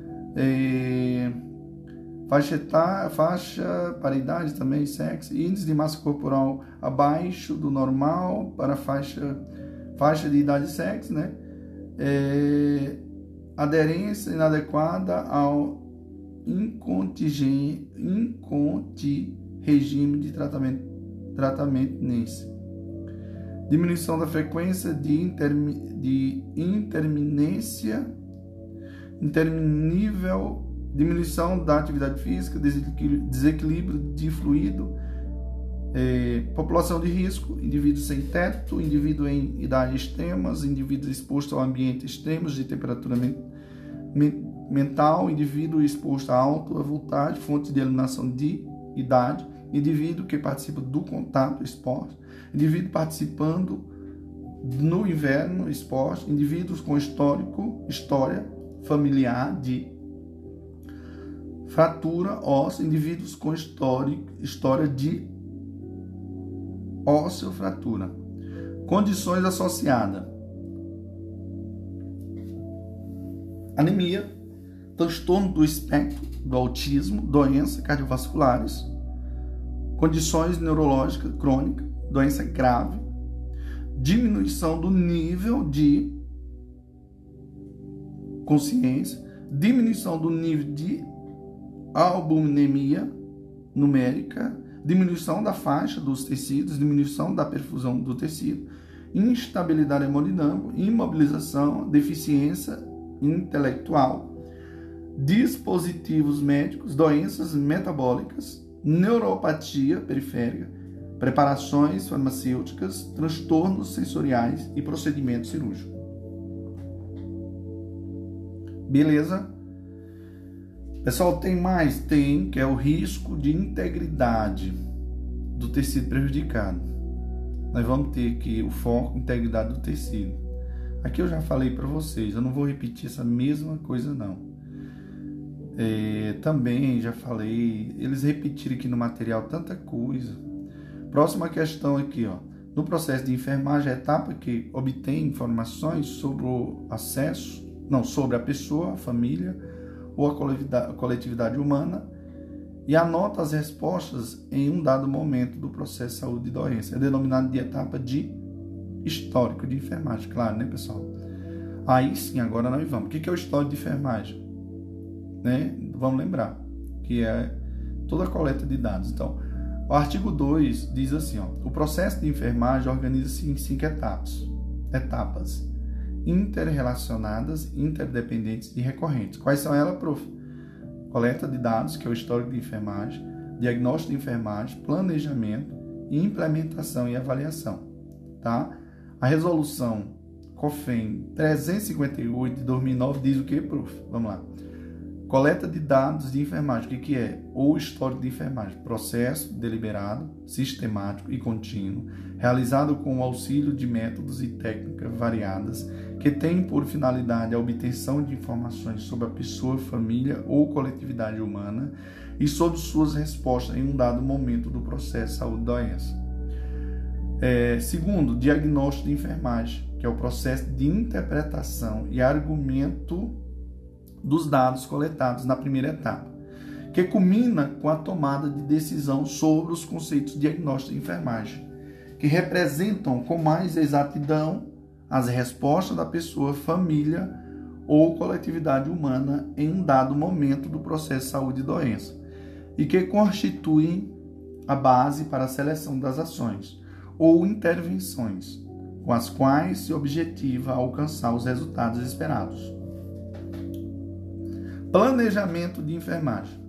faixa para idade também, sexo, índice de massa corporal abaixo do normal para faixa de idade e sexo, né? Aderência inadequada ao regime de tratamento nesse. Diminuição da frequência de interminível, diminuição da atividade física, desequilíbrio de fluido, população de risco, indivíduo sem teto, indivíduo em idade extremas, indivíduo exposto ao ambiente extremos de temperatura mental, indivíduo exposto a alta voltagem, fonte de eliminação de idade, indivíduo que participa do contato, esporte, indivíduo participando no inverno, esporte, indivíduos com história familiar de fratura óssea, indivíduos com história de osteofratura. Condições associadas: anemia, transtorno do espectro do autismo, doenças cardiovasculares, condições neurológicas crônicas, doença grave, diminuição do nível de consciência, diminuição do nível de albuminemia numérica, diminuição da faixa dos tecidos, diminuição da perfusão do tecido, instabilidade hemodinâmica, imobilização, deficiência intelectual, dispositivos médicos, doenças metabólicas, neuropatia periférica, preparações farmacêuticas, transtornos sensoriais e procedimentos cirúrgicos. Beleza? Pessoal, tem mais? Tem, que é o risco de integridade do tecido prejudicado. Nós vamos ter aqui o foco, integridade do tecido. Aqui eu já falei para vocês, eu não vou repetir essa mesma coisa não. Também já falei, eles repetiram aqui no material tanta coisa. Próxima questão aqui, ó. No processo de enfermagem, a etapa que obtém informações sobre o acesso, sobre a pessoa, a família ou a coletividade humana e anota as respostas em um dado momento do processo de saúde e doença. É denominado de etapa de histórico de enfermagem, claro, né, pessoal? Aí sim, agora nós vamos. O que é o histórico de enfermagem? Né? Vamos lembrar que é toda a coleta de dados. Então, o artigo 2 diz assim, ó, o processo de enfermagem organiza-se em 5 etapas interrelacionadas, interdependentes e recorrentes. Quais são elas, prof? Coleta de dados, que é o histórico de enfermagem, diagnóstico de enfermagem, planejamento, implementação e avaliação, tá? A resolução COFEN 358 de 2009 diz o que, prof? Vamos lá. Coleta de dados de enfermagem, o que é? O histórico de enfermagem, processo deliberado, sistemático e contínuo, realizado com o auxílio de métodos e técnicas variadas, que tem por finalidade a obtenção de informações sobre a pessoa, família ou coletividade humana e sobre suas respostas em um dado momento do processo de saúde e doença. Segundo, diagnóstico de enfermagem. que é o processo de interpretação e argumento dos dados coletados na primeira etapa, que culmina com a tomada de decisão sobre os conceitos de diagnóstico de enfermagem, que representam com mais exatidão as respostas da pessoa, família ou coletividade humana em um dado momento do processo de saúde e doença, e que constituem a base para a seleção das ações ou intervenções com as quais se objetiva alcançar os resultados esperados. Planejamento de enfermagem.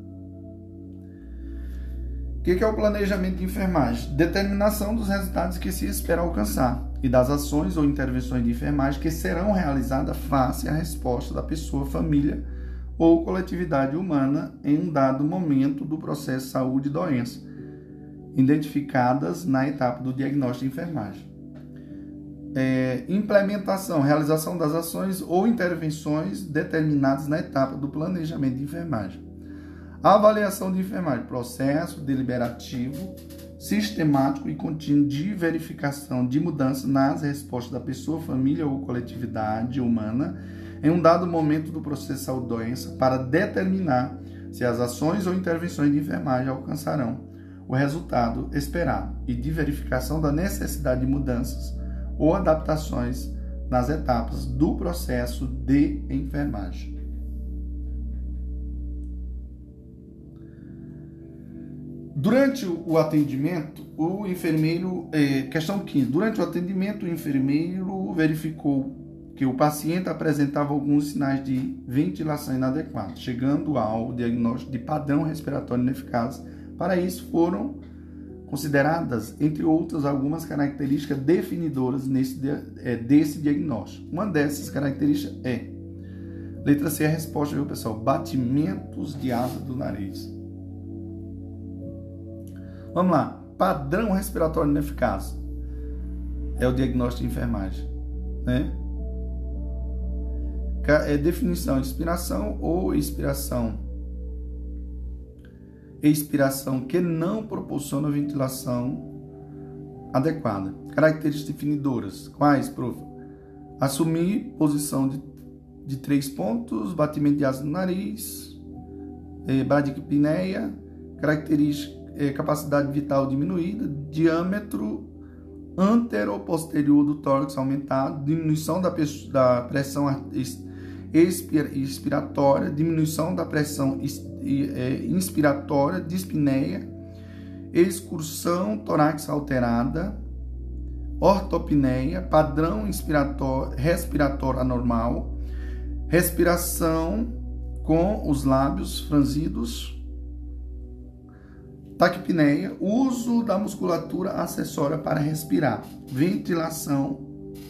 O que é o planejamento de enfermagem? Determinação dos resultados que se espera alcançar e das ações ou intervenções de enfermagem que serão realizadas face à resposta da pessoa, família ou coletividade humana em um dado momento do processo de saúde e doença, identificadas na etapa do diagnóstico de enfermagem. Implementação, realização das ações ou intervenções determinadas na etapa do planejamento de enfermagem. Avaliação de enfermagem, processo deliberativo, sistemático e contínuo de verificação de mudança nas respostas da pessoa, família ou coletividade humana em um dado momento do processo de saúde e doença para determinar se as ações ou intervenções de enfermagem alcançarão o resultado esperado e de verificação da necessidade de mudanças ou adaptações nas etapas do processo de enfermagem. Durante o atendimento, o enfermeiro, questão 15, durante o atendimento, o enfermeiro verificou que o paciente apresentava alguns sinais de ventilação inadequada, chegando ao diagnóstico de padrão respiratório ineficaz. Para isso, foram consideradas, entre outras, algumas características definidoras desse diagnóstico. Uma dessas características é, letra C, a resposta, viu, pessoal? Batimentos de asa do nariz. Vamos lá. Padrão respiratório ineficaz é o diagnóstico de enfermagem, né? Definição: inspiração ou expiração que não proporciona ventilação adequada. Características definidoras. Quais, prof? Assumir posição de 3 pontos, batimento de asa no nariz, bradiapneia, característica, capacidade vital diminuída, diâmetro antero-posterior do tórax aumentado, diminuição da pressão expiratória, diminuição da pressão inspiratória, dispneia, excursão torácica alterada, ortopneia, padrão respiratório anormal, respiração com os lábios franzidos, taquipneia, uso da musculatura acessória para respirar, ventilação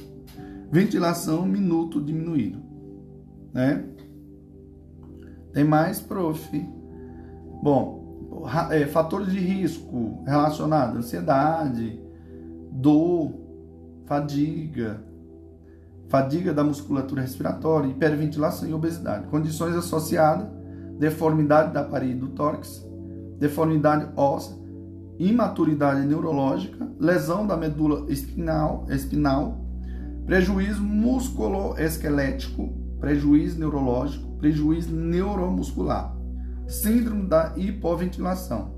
minuto diminuído, né? Tem mais, prof? Bom, fatores de risco relacionados à ansiedade, dor, fadiga da musculatura respiratória, hiperventilação e obesidade. Condições associadas: deformidade da parede do tórax, deformidade óssea, imaturidade neurológica, lesão da medula espinal, prejuízo musculoesquelético, prejuízo neurológico, prejuízo neuromuscular, síndrome da hipoventilação.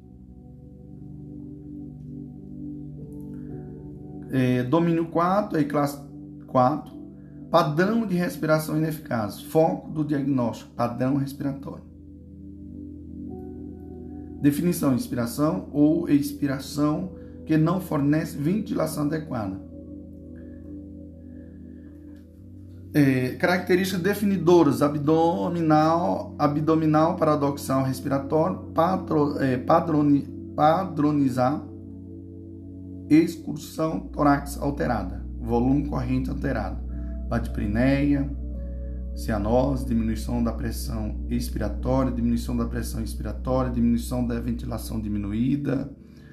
Domínio 4, classe 4, padrão de respiração ineficaz, foco do diagnóstico, padrão respiratório. Definição: inspiração ou expiração que não fornece ventilação adequada. Características definidoras: abdominal paradoxal respiratório, padronizar, excursão torácica alterada, volume corrente alterado, badiapneia, cianose, diminuição da pressão expiratória, diminuição da pressão inspiratória, diminuição da ventilação diminuída,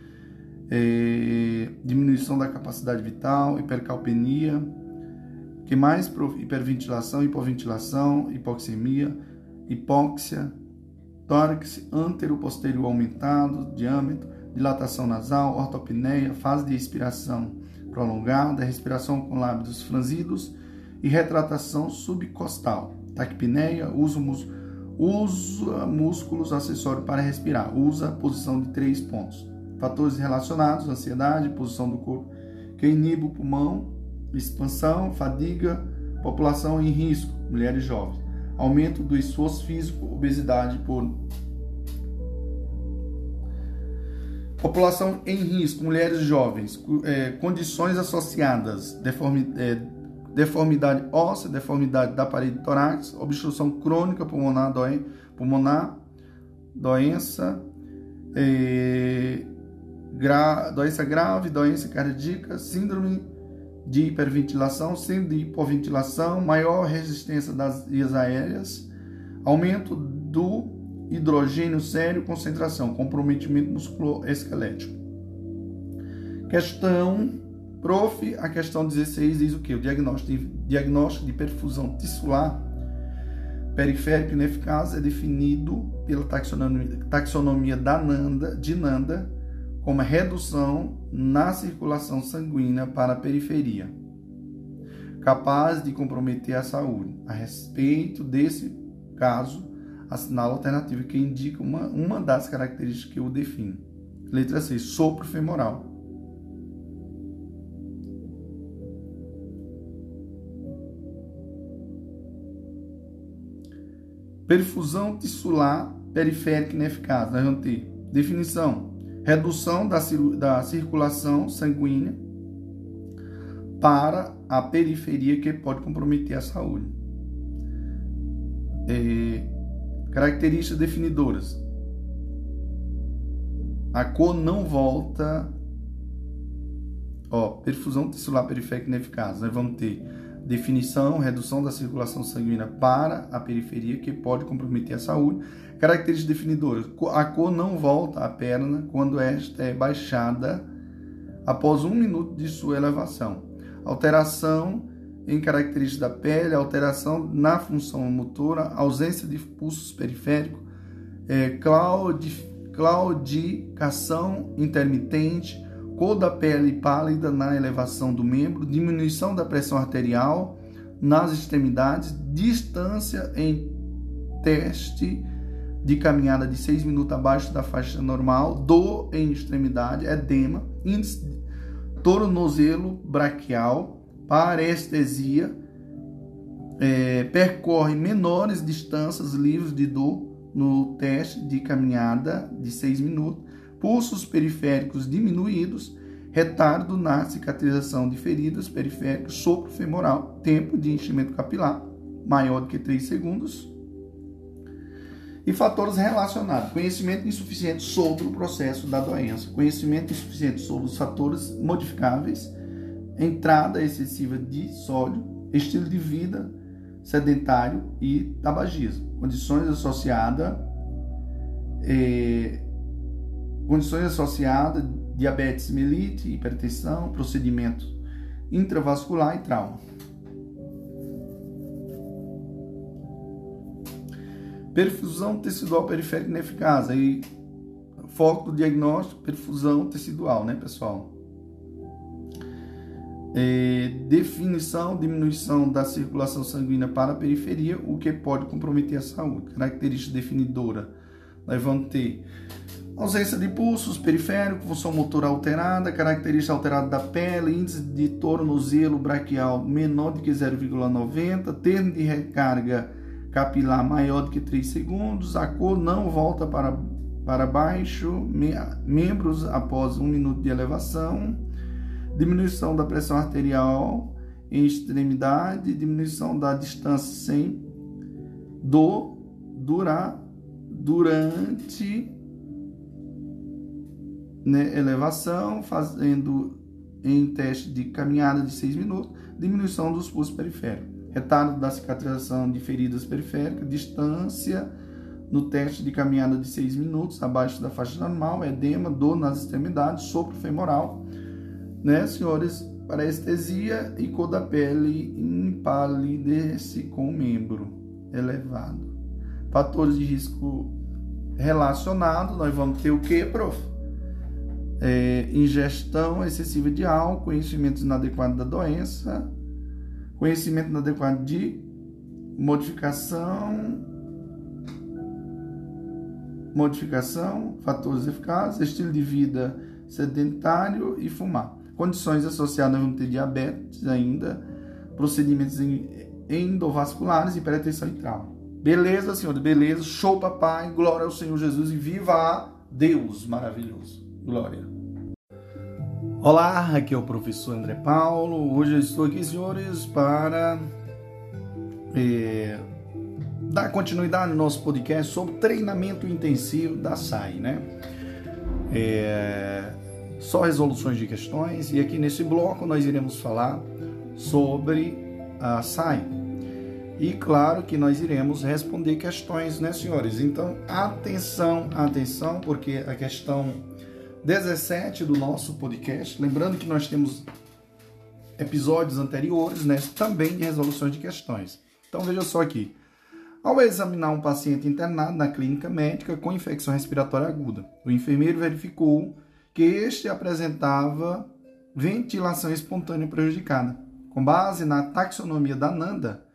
diminuição da capacidade vital, hipercalpenia, que mais? Hiperventilação, hipoventilação, hipoxemia, hipóxia, tórax antero-posterior aumentado, diâmetro, dilatação nasal, ortopneia, fase de expiração prolongada, respiração com lábios franzidos e retratação subcostal. Taquipneia, usa músculos acessórios para respirar. Usa posição de 3 pontos. Fatores relacionados: ansiedade, posição do corpo que inibe o pulmão, expansão, fadiga, população em risco, mulheres jovens. Aumento do esforço físico, obesidade por... População em risco, mulheres jovens, condições associadas, deformidade óssea, deformidade da parede torácica, obstrução crônica pulmonar, doença grave, doença cardíaca, síndrome de hiperventilação, síndrome de hipoventilação, maior resistência das vias aéreas, aumento do hidrogênio sério, concentração, comprometimento musculoesquelético. A questão 16 diz o quê? O diagnóstico de perfusão tissular periférica ineficaz é definido pela taxonomia de Nanda como redução na circulação sanguínea para a periferia, capaz de comprometer a saúde. A respeito desse caso, assinala a alternativa que indica uma das características que o define. Letra C, sopro femoral. Perfusão tissular periférica ineficaz. Nós vamos ter definição: redução da circulação sanguínea para a periferia que pode comprometer a saúde. Características definidoras: a cor não volta. Perfusão tissular periférica ineficaz. Nós vamos ter definição: redução da circulação sanguínea para a periferia que pode comprometer a saúde. Características definidoras: a cor não volta à perna quando esta é baixada após 1 minuto de sua elevação. Alteração em características da pele, alteração na função motora, ausência de pulsos periféricos, claudicação intermitente, cor da pele pálida na elevação do membro, diminuição da pressão arterial nas extremidades, distância em teste de caminhada de 6 minutos abaixo da faixa normal, dor em extremidade, edema, índice tornozelo braquial, parestesia, percorre menores distâncias livres de dor no teste de caminhada de 6 minutos, pulsos periféricos diminuídos, retardo na cicatrização de feridas periféricas, sopro femoral, tempo de enchimento capilar maior do que 3 segundos. E fatores relacionados: conhecimento insuficiente sobre o processo da doença, conhecimento insuficiente sobre os fatores modificáveis, entrada excessiva de sódio, estilo de vida sedentário e tabagismo, condições associadas diabetes melite, hipertensão, procedimento intravascular e trauma. Perfusão tecidual periférica ineficaz. Aí, foco do diagnóstico: perfusão tecidual, né, pessoal? Definição: diminuição da circulação sanguínea para a periferia, o que pode comprometer a saúde. Característica definidora: nós vamos ter ausência de pulsos periféricos, função motora alterada, característica alterada da pele, índice de tornozelo braquial menor do que 0,90, termo de recarga capilar maior do que 3 segundos, a cor não volta para baixo, membros após 1 minuto de elevação, diminuição da pressão arterial em extremidade, diminuição da distância sem dor durante elevação, fazendo em teste de caminhada de 6 minutos, diminuição dos pulsos periféricos, retardo da cicatrização de feridas periféricas, distância no teste de caminhada de 6 minutos abaixo da faixa normal, edema, dor nas extremidades, sopro femoral, né, senhores? Parestesia e cor da pele empalidece com o membro elevado. Fatores de risco relacionados: nós vamos ter o que, prof? ingestão excessiva de álcool, conhecimento inadequado da doença, conhecimento inadequado de modificação, fatores eficazes, estilo de vida sedentário e fumar. Condições associadas vão ter diabetes ainda, procedimentos endovasculares, hipertensão e trauma. Beleza, senhores? Beleza? Show, papai. Glória ao Senhor Jesus e viva a Deus maravilhoso. Glória. Olá, aqui é o professor André Paulo. Hoje eu estou aqui, senhores, para dar continuidade no nosso podcast sobre treinamento intensivo da SAI, né? Só resoluções de questões, e aqui nesse bloco nós iremos falar sobre a SAI. E claro que nós iremos responder questões, né, senhores? Então, atenção, porque a questão 17 do nosso podcast, lembrando que nós temos episódios anteriores, né, também de resoluções de questões. Então, veja só aqui. Ao examinar um paciente internado na clínica médica com infecção respiratória aguda, o enfermeiro verificou que este apresentava ventilação espontânea prejudicada. Com base na taxonomia da NANDA,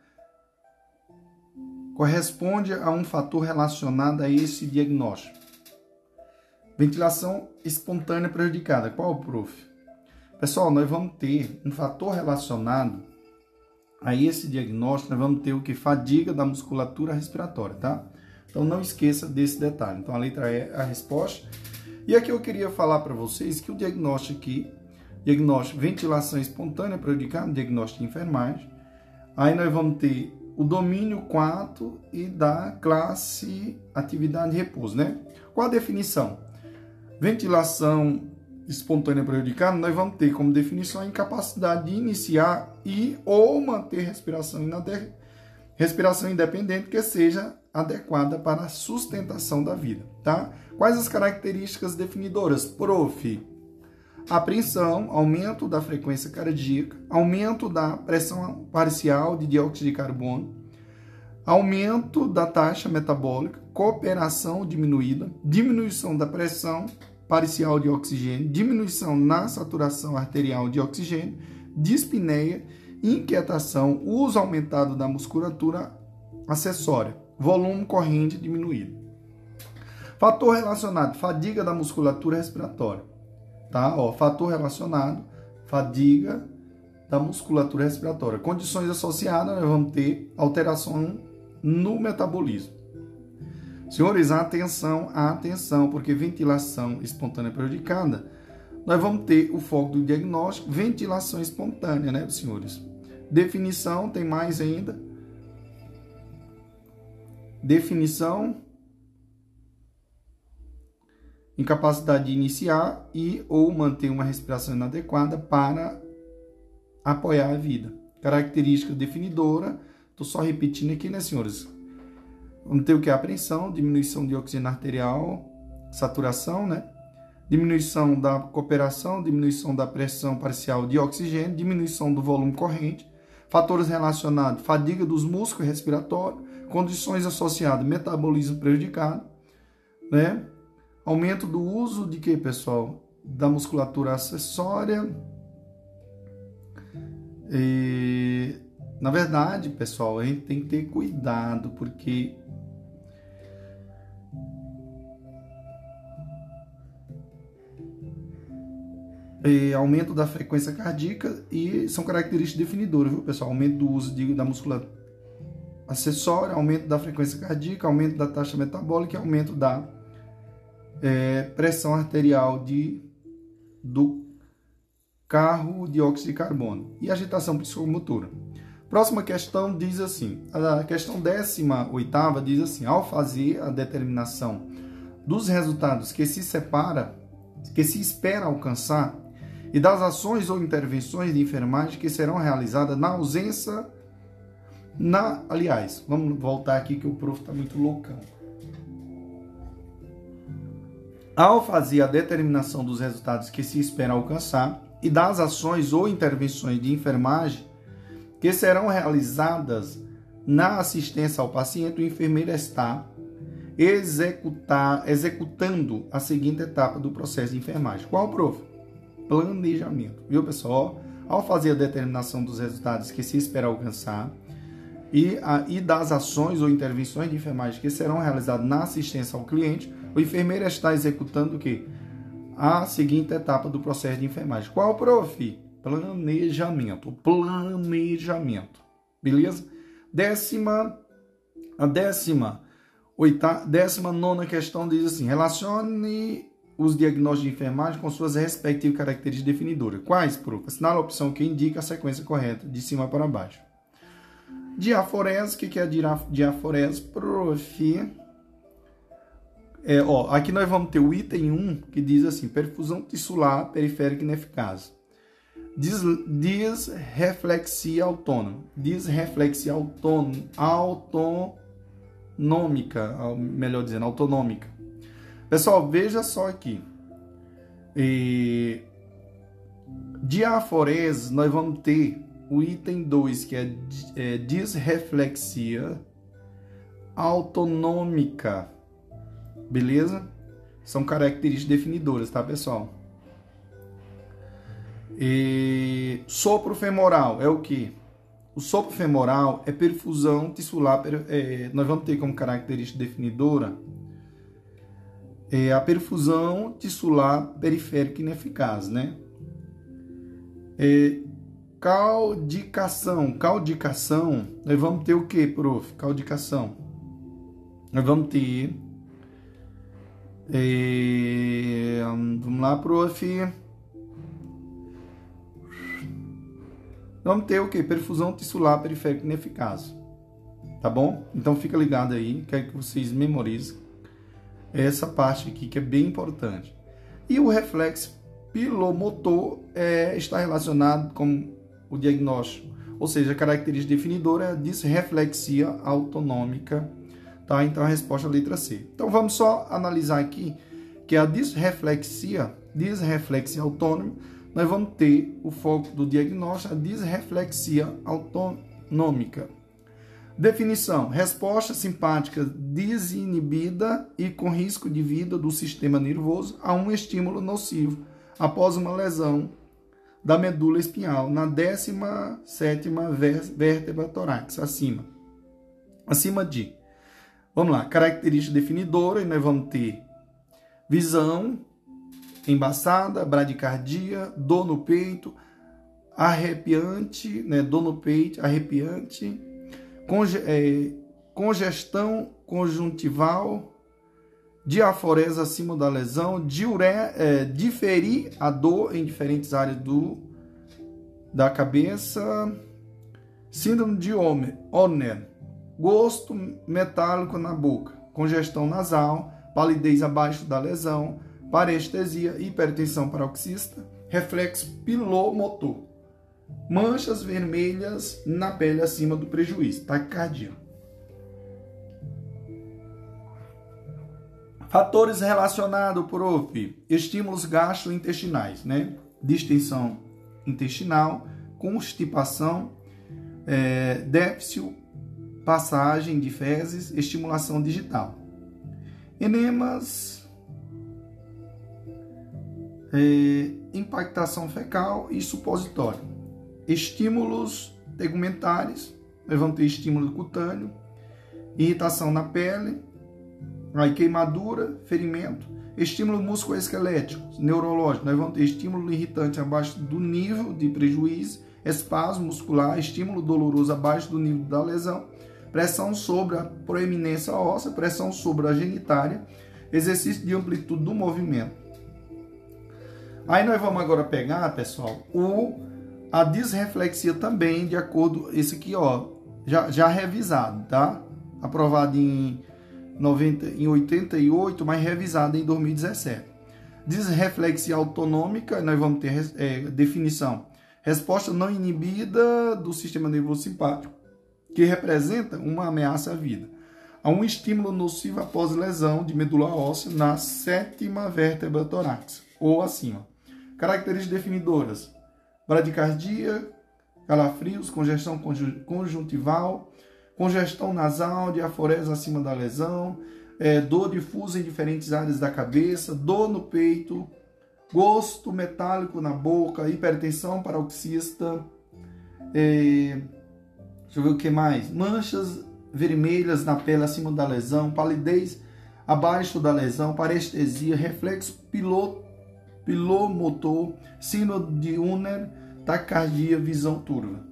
corresponde a um fator relacionado a esse diagnóstico. Ventilação espontânea prejudicada. Qual, prof? Pessoal, nós vamos ter um fator relacionado a esse diagnóstico, nós vamos ter o que? Fadiga da musculatura respiratória, tá? Então não esqueça desse detalhe. Então a letra E é a resposta. E aqui eu queria falar para vocês que o diagnóstico aqui, diagnóstico ventilação espontânea prejudicada, diagnóstico de enfermagem. Aí nós vamos ter o domínio 4 e da classe atividade de repouso, né? Qual a definição? Ventilação espontânea prejudicada, nós vamos ter como definição a incapacidade de iniciar e ou manter respiração independente que seja adequada para a sustentação da vida, tá? Quais as características definidoras? Prof. Apreensão, aumento da frequência cardíaca, aumento da pressão parcial de dióxido de carbono, aumento da taxa metabólica, cooperação diminuída, diminuição da pressão parcial de oxigênio, diminuição na saturação arterial de oxigênio, dispneia, inquietação, uso aumentado da musculatura acessória, volume corrente diminuído. Fator relacionado, fadiga da musculatura respiratória. Tá? Fator relacionado, fadiga da musculatura respiratória. Condições associadas, nós vamos ter alteração no metabolismo. Senhores, atenção, porque ventilação espontânea prejudicada, nós vamos ter o foco do diagnóstico, ventilação espontânea, né, senhores? Definição, tem mais ainda. Definição, incapacidade de iniciar e ou manter uma respiração inadequada para apoiar a vida. Característica definidora, estou só repetindo aqui, né, senhores? Vamos ter o que? Apreensão, diminuição de oxigênio arterial, saturação, né? Diminuição da cooperação, diminuição da pressão parcial de oxigênio, diminuição do volume corrente, fatores relacionados, fadiga dos músculos respiratórios, condições associadas, metabolismo prejudicado, né? Aumento do uso de quê, pessoal? Da musculatura acessória. Na verdade, pessoal, a gente tem que ter cuidado, porque aumento da frequência cardíaca e são características definidoras, viu, pessoal? Aumento do uso da musculatura acessória, aumento da frequência cardíaca, aumento da taxa metabólica e aumento da pressão arterial do carro de dióxido de carbono e agitação psicomotora. Próxima questão diz assim, a questão 18ª diz assim, ao fazer a determinação dos resultados que se espera alcançar e das ações ou intervenções de enfermagem que serão realizadas na ausência, aliás, vamos voltar aqui que o prof está muito loucão. Ao fazer a determinação dos resultados que se espera alcançar e das ações ou intervenções de enfermagem que serão realizadas na assistência ao paciente, o enfermeiro está executando a seguinte etapa do processo de enfermagem. Qual, prof? Planejamento. Viu, pessoal? Ao fazer a determinação dos resultados que se espera alcançar e das ações ou intervenções de enfermagem que serão realizadas na assistência ao cliente, o enfermeiro está executando o quê? A seguinte etapa do processo de enfermagem. Qual, prof? Planejamento. Planejamento. Beleza? 19ª questão diz assim: relacione os diagnósticos de enfermagem com suas respectivas características definidoras. Quais, prof? Assinale a opção que indica a sequência correta, de cima para baixo. Diaforese, o que é a diaforese, prof? Aqui nós vamos ter o item 1, que diz assim: perfusão tissular periférica ineficaz. Disreflexia autônoma. Disreflexia autonômica, melhor dizendo, autonômica. Pessoal, veja só aqui. Diaforese, nós vamos ter o item 2, que é disreflexia autonômica. Beleza? São características definidoras, tá, pessoal? Sopro femoral é o que? O sopro femoral é perfusão tissular. Nós vamos ter como característica definidora a perfusão tissular periférica ineficaz, né? Caudicação. Caudicação, nós vamos ter o que, prof? Caudicação. Nós vamos ter... vamos lá, prof. Vamos ter o que? Perfusão tissular periférica ineficaz. Tá bom? Então fica ligado aí, quero que vocês memorizem essa parte aqui que é bem importante. E o reflexo pilomotor está relacionado com o diagnóstico, ou seja, a característica definidora é a disreflexia autonômica, tá? Então a resposta é a letra C. Então vamos só analisar aqui que a disreflexia autônoma, nós vamos ter o foco do diagnóstico, a disreflexia autonômica. Definição: resposta simpática desinibida e com risco de vida do sistema nervoso a um estímulo nocivo após uma lesão da medula espinhal na 17ª vértebra torácica, acima de. Vamos lá, característica definidora, e nós vamos ter visão embaçada, bradicardia, dor no peito, arrepiante, né, dor no peito, arrepiante, congestão conjuntival, diaforese acima da lesão, diferir a dor em diferentes áreas da cabeça, síndrome de Horner, gosto metálico na boca, congestão nasal, palidez abaixo da lesão, parestesia, hipertensão paroxística, reflexo pilomotor, manchas vermelhas na pele acima do prejuízo, taquicardia. Fatores relacionados, prof. Estímulos gastrointestinais, né? Distensão intestinal, constipação, déficit, passagem de fezes, estimulação digital. Enemas, impactação fecal e supositório. Estímulos tegumentares, nós vamos ter estímulo cutâneo, irritação na pele, aí queimadura, ferimento, estímulo musculoesquelético, neurológico, nós vamos ter estímulo irritante abaixo do nível de prejuízo, espasmo muscular, estímulo doloroso abaixo do nível da lesão, pressão sobre a proeminência óssea, pressão sobre a genitália, exercício de amplitude do movimento. Aí nós vamos agora pegar, pessoal, a disreflexia também, de acordo, esse aqui, ó, já revisado, tá? Aprovado em 88, mas revisado em 2017. Disreflexia autonômica, nós vamos ter definição: resposta não inibida do sistema nervoso simpático, que representa uma ameaça à vida, a um estímulo nocivo após lesão de medula óssea na 7ª vértebra torácica ou acima. Características definidoras: bradicardia, calafrios, congestão conjuntival, congestão nasal, diaforese acima da lesão, dor difusa em diferentes áreas da cabeça, dor no peito, gosto metálico na boca, hipertensão paroxista, deixa eu ver o que mais, manchas vermelhas na pele acima da lesão, palidez abaixo da lesão, parestesia, reflexo pilomotor, síndrome de Unner, taquicardia, visão turva.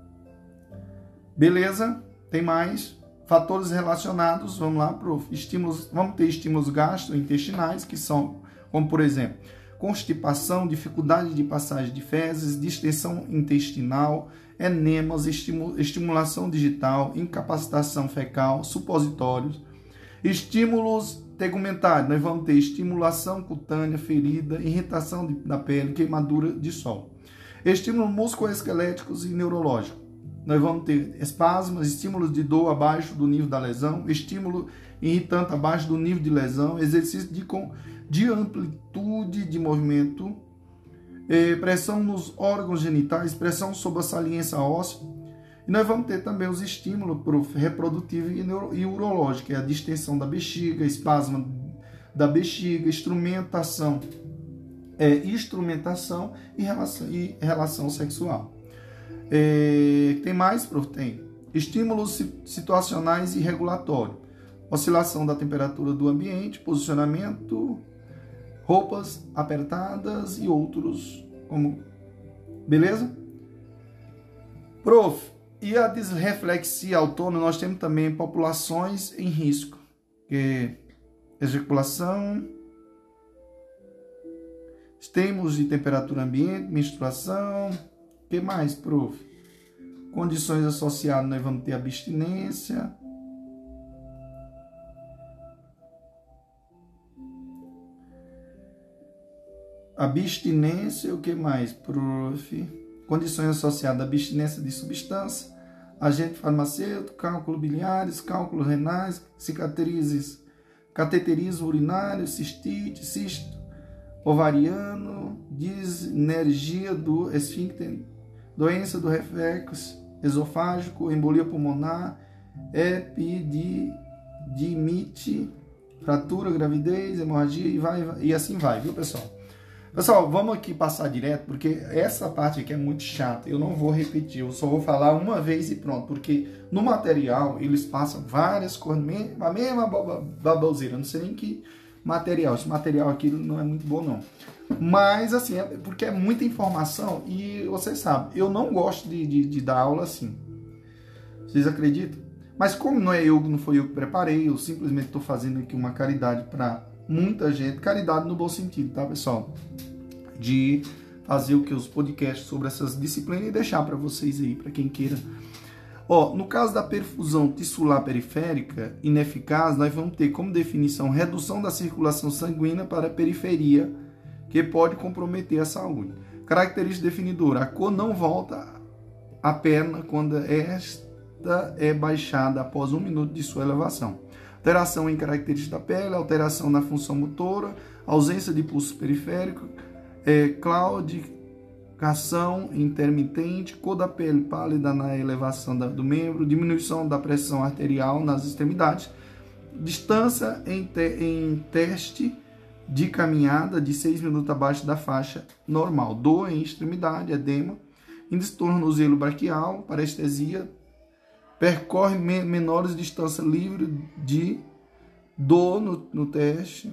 Beleza? Tem mais fatores relacionados, vamos lá, prof. Estímulos, vamos ter estímulos gastrointestinais, que são, como por exemplo, constipação, dificuldade de passagem de fezes, distensão intestinal, enemas, estimulação digital, incapacitação fecal, supositórios. Estímulos tegumentários, nós vamos ter estimulação cutânea, ferida, irritação da pele, queimadura de sol. Estímulos musculoesqueléticos e neurológicos, nós vamos ter espasmos, estímulos de dor abaixo do nível da lesão, estímulo irritante abaixo do nível de lesão, exercício de amplitude de movimento, pressão nos órgãos genitais, pressão sobre a saliência óssea. E nós vamos ter também os estímulos reprodutivos e urológicos, que é a distensão da bexiga, espasmo da bexiga, instrumentação e relação sexual. Tem mais, prof? Tem estímulos situacionais e regulatórios, oscilação da temperatura do ambiente, posicionamento, roupas apertadas e outros, beleza? Prof, e a disreflexia autônoma, nós temos também populações em risco, que é ejaculação, estímulos de temperatura ambiente, menstruação. O que mais, prof? Condições associadas, nós vamos ter abstinência. Abstinência, o que mais, prof? Condições associadas à abstinência de substância, agente farmacêutico, cálculo biliares, cálculos renais, cicatrizes, cateterismo urinário, cistite, cisto ovariano, disnergia do esfíncter, doença do reflexo esofágico, embolia pulmonar, epididimite, fratura, gravidez, hemorragia e assim vai, viu, pessoal? Pessoal, vamos aqui passar direto, porque essa parte aqui é muito chata. Eu não vou repetir, eu só vou falar uma vez e pronto. Porque no material eles passam várias coisas, a mesma baboseira. Não sei nem que material. Esse material aqui não é muito bom, não. Mas, assim, porque é muita informação e vocês sabem, eu não gosto de dar aula assim. Vocês acreditam? Mas como não foi eu que preparei, eu simplesmente estou fazendo aqui uma caridade para muita gente, caridade no bom sentido, tá, pessoal? De fazer o que os podcasts sobre essas disciplinas e deixar para vocês aí, para quem queira. No caso da perfusão tissular periférica ineficaz, nós vamos ter como definição redução da circulação sanguínea para a periferia, que pode comprometer a saúde. Característica definidora: a cor não volta à perna quando esta é baixada após 1 minuto de sua elevação. Alteração em característica da pele, alteração na função motora, ausência de pulso periférico, claudicação intermitente, cor da pele pálida na elevação do membro, diminuição da pressão arterial nas extremidades, distância em teste de caminhada de 6 minutos abaixo da faixa normal, dor em extremidade, edema, em tornozelo braquial, parestesia, percorre menores distância livre de dor no teste.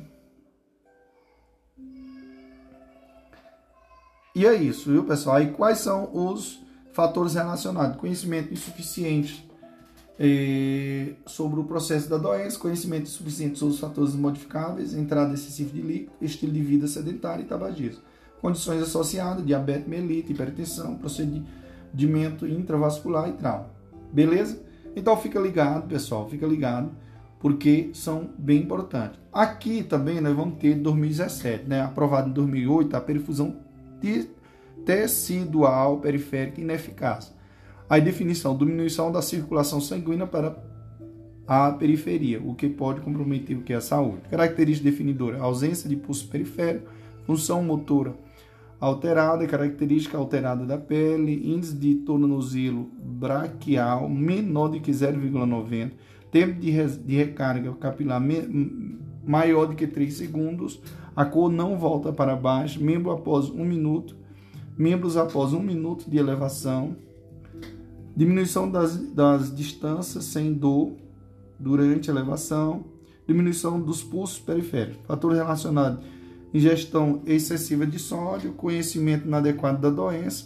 E é isso, viu, pessoal? Aí quais são os fatores relacionados? Conhecimento insuficiente sobre o processo da doença, conhecimento insuficiente sobre os fatores modificáveis, entrada excessiva de líquido, estilo de vida sedentário e tabagismo. Condições associadas, diabetes mellitus, hipertensão, procedimento intravascular e trauma. Beleza? Então fica ligado, pessoal, fica ligado, porque são bem importantes. Aqui também nós vamos ter 2017, né? Aprovado em 2008, a perfusão tecidual periférica ineficaz. A definição: diminuição da circulação sanguínea para a periferia, o que pode comprometer o que é a saúde. Característica definidora: ausência de pulso periférico, função motora alterada, característica alterada da pele, índice de tornozelo braquial menor do que 0,90, tempo de recarga capilar maior do que 3 segundos, a cor não volta para baixo, membros após 1 minuto de elevação, diminuição das distâncias sem dor durante a elevação, diminuição dos pulsos periféricos, fatores relacionados à ingestão excessiva de sódio, conhecimento inadequado da doença,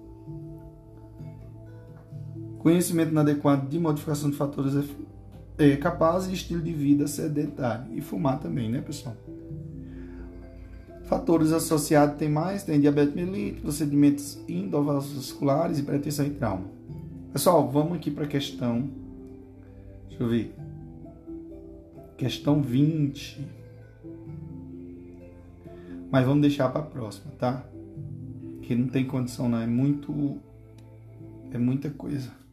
conhecimento inadequado de modificação de fatores capazes e estilo de vida sedentário. E fumar também, né, pessoal? Fatores associados tem diabetes mellitus, procedimentos endovasculares, hipertensão e trauma. Pessoal, vamos aqui para a questão. Deixa eu ver. Questão 20. Mas vamos deixar para a próxima, tá? Que não tem condição, não. É muita coisa.